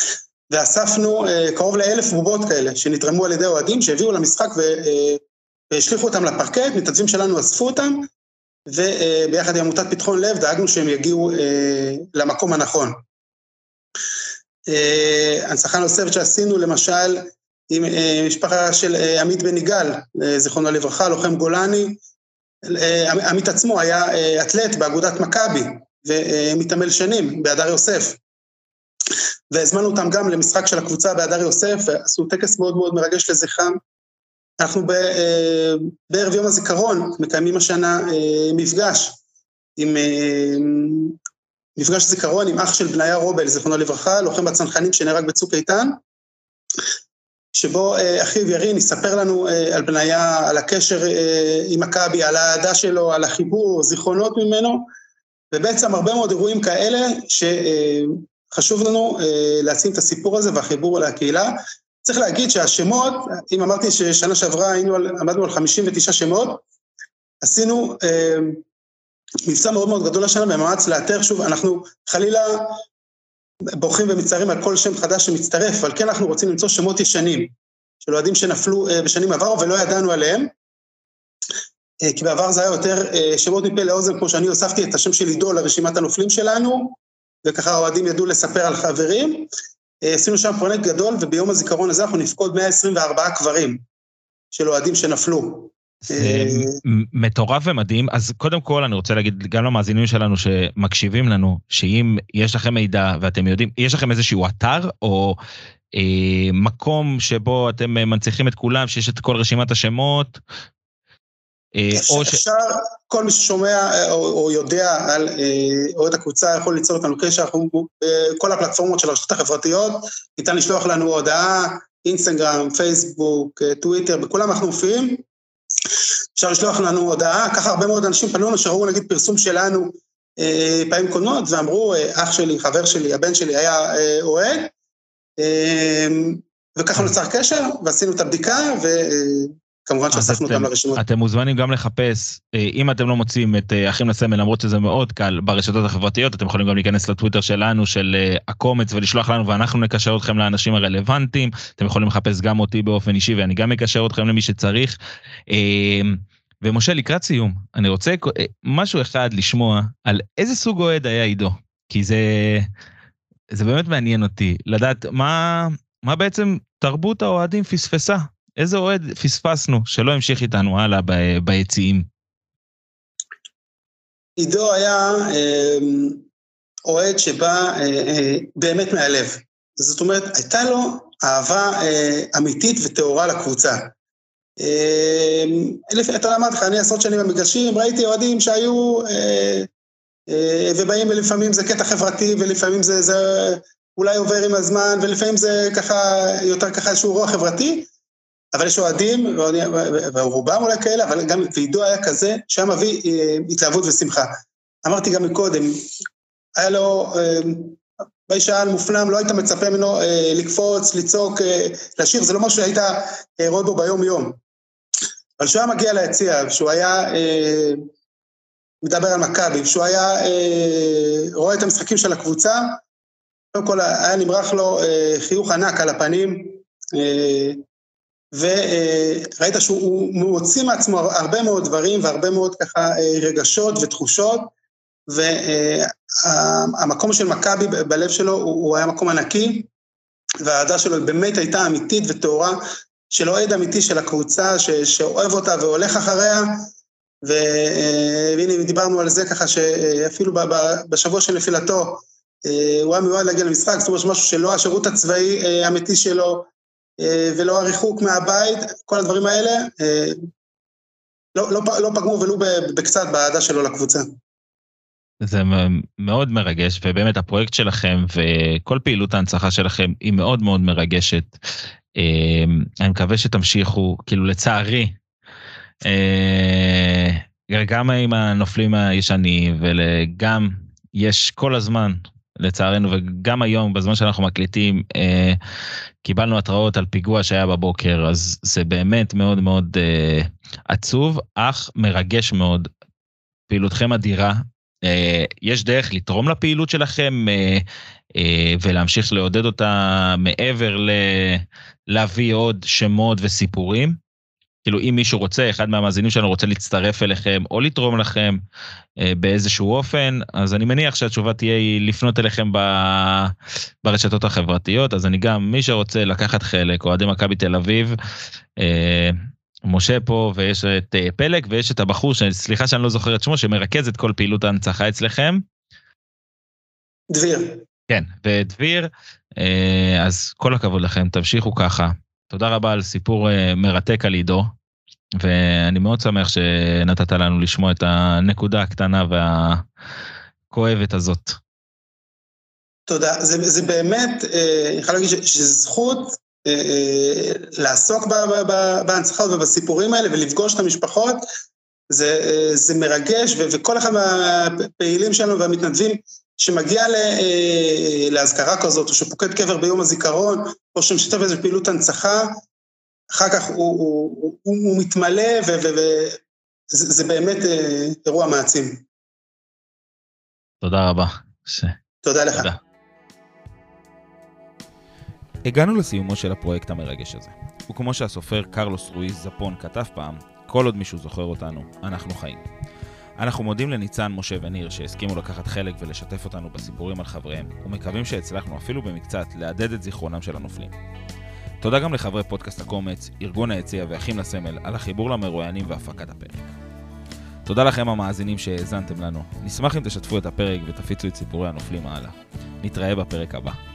ואספנו קרוב ל1,000 בובות כאלה, שנתרמו על ידי אוהדים, שהביאו למשחק והשליחו אותם לפרקט, מתנדבים שלנו אספו אותם, וביחד עם עמותת פתחון לב, דאגנו שהם יגיעו למקום הנכון. הנצחה נוספת שעשינו, למשל, עם משפחה של עמית בן יגאל, זיכרונו לברכה, לוחם גולני, עמית עצמו היה אתלט באגודת מכבי, ומתעמל שנים בהדר יוסף, והזמנו אותם גם למשחק של הקבוצה בהדר יוסף, ועשו טקס מאוד מאוד מרגש לזכרם. אנחנו בערב יום הזיכרון מקיימים השנה מפגש זיכרון עם אח של בניה רובל, זיכרונו לברכה, לוחם בצנחנים שנהרג בצוק איתן, שבו אחיו ירין יספר לנו על בניה, על הקשר עם מכבי, על האהדה שלו, על החיבור, זיכרונות ממנו, ובעצם הרבה מאוד אירועים כאלה שחשוב לנו להציג את הסיפור הזה והחיבור לקהילה. צריך להגיד שהשמות, אם אמרתי ששנה שעברה עמדנו על 59 שמות, עשינו מבצע מאוד מאוד גדול השנה במאמץ לאתר, שוב, אנחנו חלילה בורחים ומצטערים על כל שם חדש שמצטרף, אבל כן אנחנו רוצים למצוא שמות ישנים, של אוהדים שנפלו בשנים עברו ולא ידענו עליהם, כי בעבר זה היה יותר שמות מפה לאוזן, כמו שאני הוספתי את השם של עידו לרשימת הנופלים שלנו, וככה האוהדים ידעו לספר על חברים. עשינו שם פרויקט גדול, וביום הזיכרון הזה אנחנו נפקוד 124 קברים של אוהדים שנפלו. זה מטורף ומדהים. אז קודם כל אני רוצה להגיד גם למאזינים שלנו שמקשיבים לנו, שאם יש לכם מידע ואתם יודעים, יש לכם איזשהו אתר או מקום שבו אתם מנציחים את כולם, שיש את כל רשימת השמות, אפשר, כל מי ששומע או יודע או את הקבוצה יכול ליצור אותנו קשר, כל הפלטפורמות של הרשתות החברתיות, ניתן לשלוח לנו הודעה, אינסטגרם, פייסבוק, טוויטר, בכולם אנחנו מופיעים, אפשר לשלוח לנו הודעה, ככה הרבה מאוד אנשים פנו לנו שראו נגיד פרסום שלנו פעמים קודמות, ואמרו אח שלי, חבר שלי, הבן שלי היה אוהד, וככה נוצר קשר, ועשינו את הבדיקה, כמובן שאספנו אותם לרשימות. אתם מוזמנים גם לחפש, אם אתם לא מוצאים את אחים לסמל, למרות שזה מאוד קל ברשתות החברתיות, אתם יכולים גם להיכנס לטוויטר שלנו, של הקומץ, ולשלוח לנו, ואנחנו נקשר אתכם לאנשים הרלוונטיים, אתם יכולים לחפש גם אותי באופן אישי, ואני גם מקשר אתכם למי שצריך. ומשה, לקראת סיום, אני רוצה משהו אחד לשמוע, על איזה סוג אוהד היה עידו, כי זה באמת מעניין אותי, לדעת מה בעצם תרבות האוהדים פספסה, איזה אוהד פספסנו שלא המשיך איתנו הלאה ביציעים? עידו היה אוהד שבא באמת מהלב. זאת אומרת, הייתה לו אהבה אמיתית וטהורה לקבוצה. אתה למד לך, אני 10 שנים במגרשים, ראיתי אוהדים שהיו ובאים, ולפעמים זה קטע חברתי, ולפעמים זה אולי עובר עם הזמן, ולפעמים זה ככה, יותר ככה איזשהו רוח חברתי, אבל יש אוהדים, ורובם אולי כאלה, אבל גם ועידו היה כזה, שהיה מביא התלהבות ושמחה. אמרתי גם מקודם, היה לו, בישאל מופנם, לא היית מצפה ממנו לקפוץ, לצעוק, לשיר, זה לא משהו שהיית רואה בו ביום יום. אבל שהוא היה מגיע ליציע, שהוא היה מדבר על מכבי, שהוא היה רואה את המשחקים של הקבוצה, קודם כל היה נמרח לו חיוך ענק על הפנים, וראית שהוא מוציא מעצמו הרבה מאוד דברים, והרבה מאוד ככה רגשות ותחושות, והמקום של מכבי בלב שלו הוא היה מקום ענקי, והאהדה שלו באמת הייתה אמיתית וטהורה, של אוהד אמיתי של הקבוצה, שאוהב אותה והולך אחריה, והנה דיברנו על זה ככה, שאפילו בשבוע של נפילתו, הוא היה מיועד להגיע למשחק, זאת אומרת משהו שלא השירות הצבאי האמיתי שלו, ולא הריחוק מהבית, כל הדברים האלה, לא פגמו ולו בקצת באהדה שלו לקבוצה. זה מאוד מרגש, ובאמת הפרויקט שלכם וכל פעילות ההנצחה שלכם היא מאוד מאוד מרגשת. אני מקווה שתמשיכו, כאילו לצערי, גם עם הנופלים הישנים, וגם יש כל הזמן, לצערנו, וגם היום, בזמן שאנחנו מקליטים, קיבלנו התראות על פיגוע שהיה בבוקר, אז זה באמת מאוד מאוד עצוב, אך מרגש מאוד, פעילותכם אדירה, יש דרך לתרום לפעילות שלכם ולהמשיך לעודד אותה מעבר להביא עוד שמות וסיפורים? כאילו אם מישהו רוצה, אחד מהמאזינים שלנו רוצה להצטרף אליכם או לתרום לכם באיזשהו אופן, אז אני מניח שהתשובה תהיה לפנות אליכם ברשתות החברתיות, אז אני גם, מי שרוצה לקחת חלק, אוהדי מכבי תל אביב, משה פה, ויש את פלג, ויש את הבחור, סליחה שאני לא זוכר את שמו, שמרכז את כל פעילות ההנצחה אצלכם. דביר. כן, ודביר, אז כל הכבוד לכם, תמשיכו ככה. תודה רבה על סיפור מרתק על עידו, ואני מאוד שמח שנתת לנו לשמוע את הנקודה הקטנה והכואבת הזאת. תודה, זה באמת, אני יכול להגיד שזה זכות לעסוק בהנצחה ובסיפורים האלה ולפגוש את המשפחות, זה מרגש, וכל אחד מהפעילים שלנו והמתנדבים שמגיע להזכרה כזאת, או שפוקד קבר ביום הזיכרון, או שמשתתף איזו פעילות הנצחה, אחר כך הוא מתמלא, וזה באמת אירוע מעצים. תודה רבה. תודה לך. תודה. הגענו לסיומו של הפרויקט המרגש הזה, וכמו שהסופר קרלוס רואיז זפון כתב פעם, כל עוד מישהו זוכר אותנו, אנחנו חיים. אנחנו מודים לניצן, משה וניר שהסכימו לקחת חלק ולשתף אותנו בסיפורים על חבריהם, ומקווים שהצלחנו אפילו במקצת לעדד את זיכרונם של הנופלים. תודה גם לחברי פודקאסט הקומץ, ארגון היציע ואחים לסמל על החיבור למרואיינים והפקת הפרק. תודה לכם המאזינים שהאזנתם לנו. נשמח אם תשתפו את הפרק ותפיצו את סיפורי הנופלים הלאה. נתראה בפרק הבא.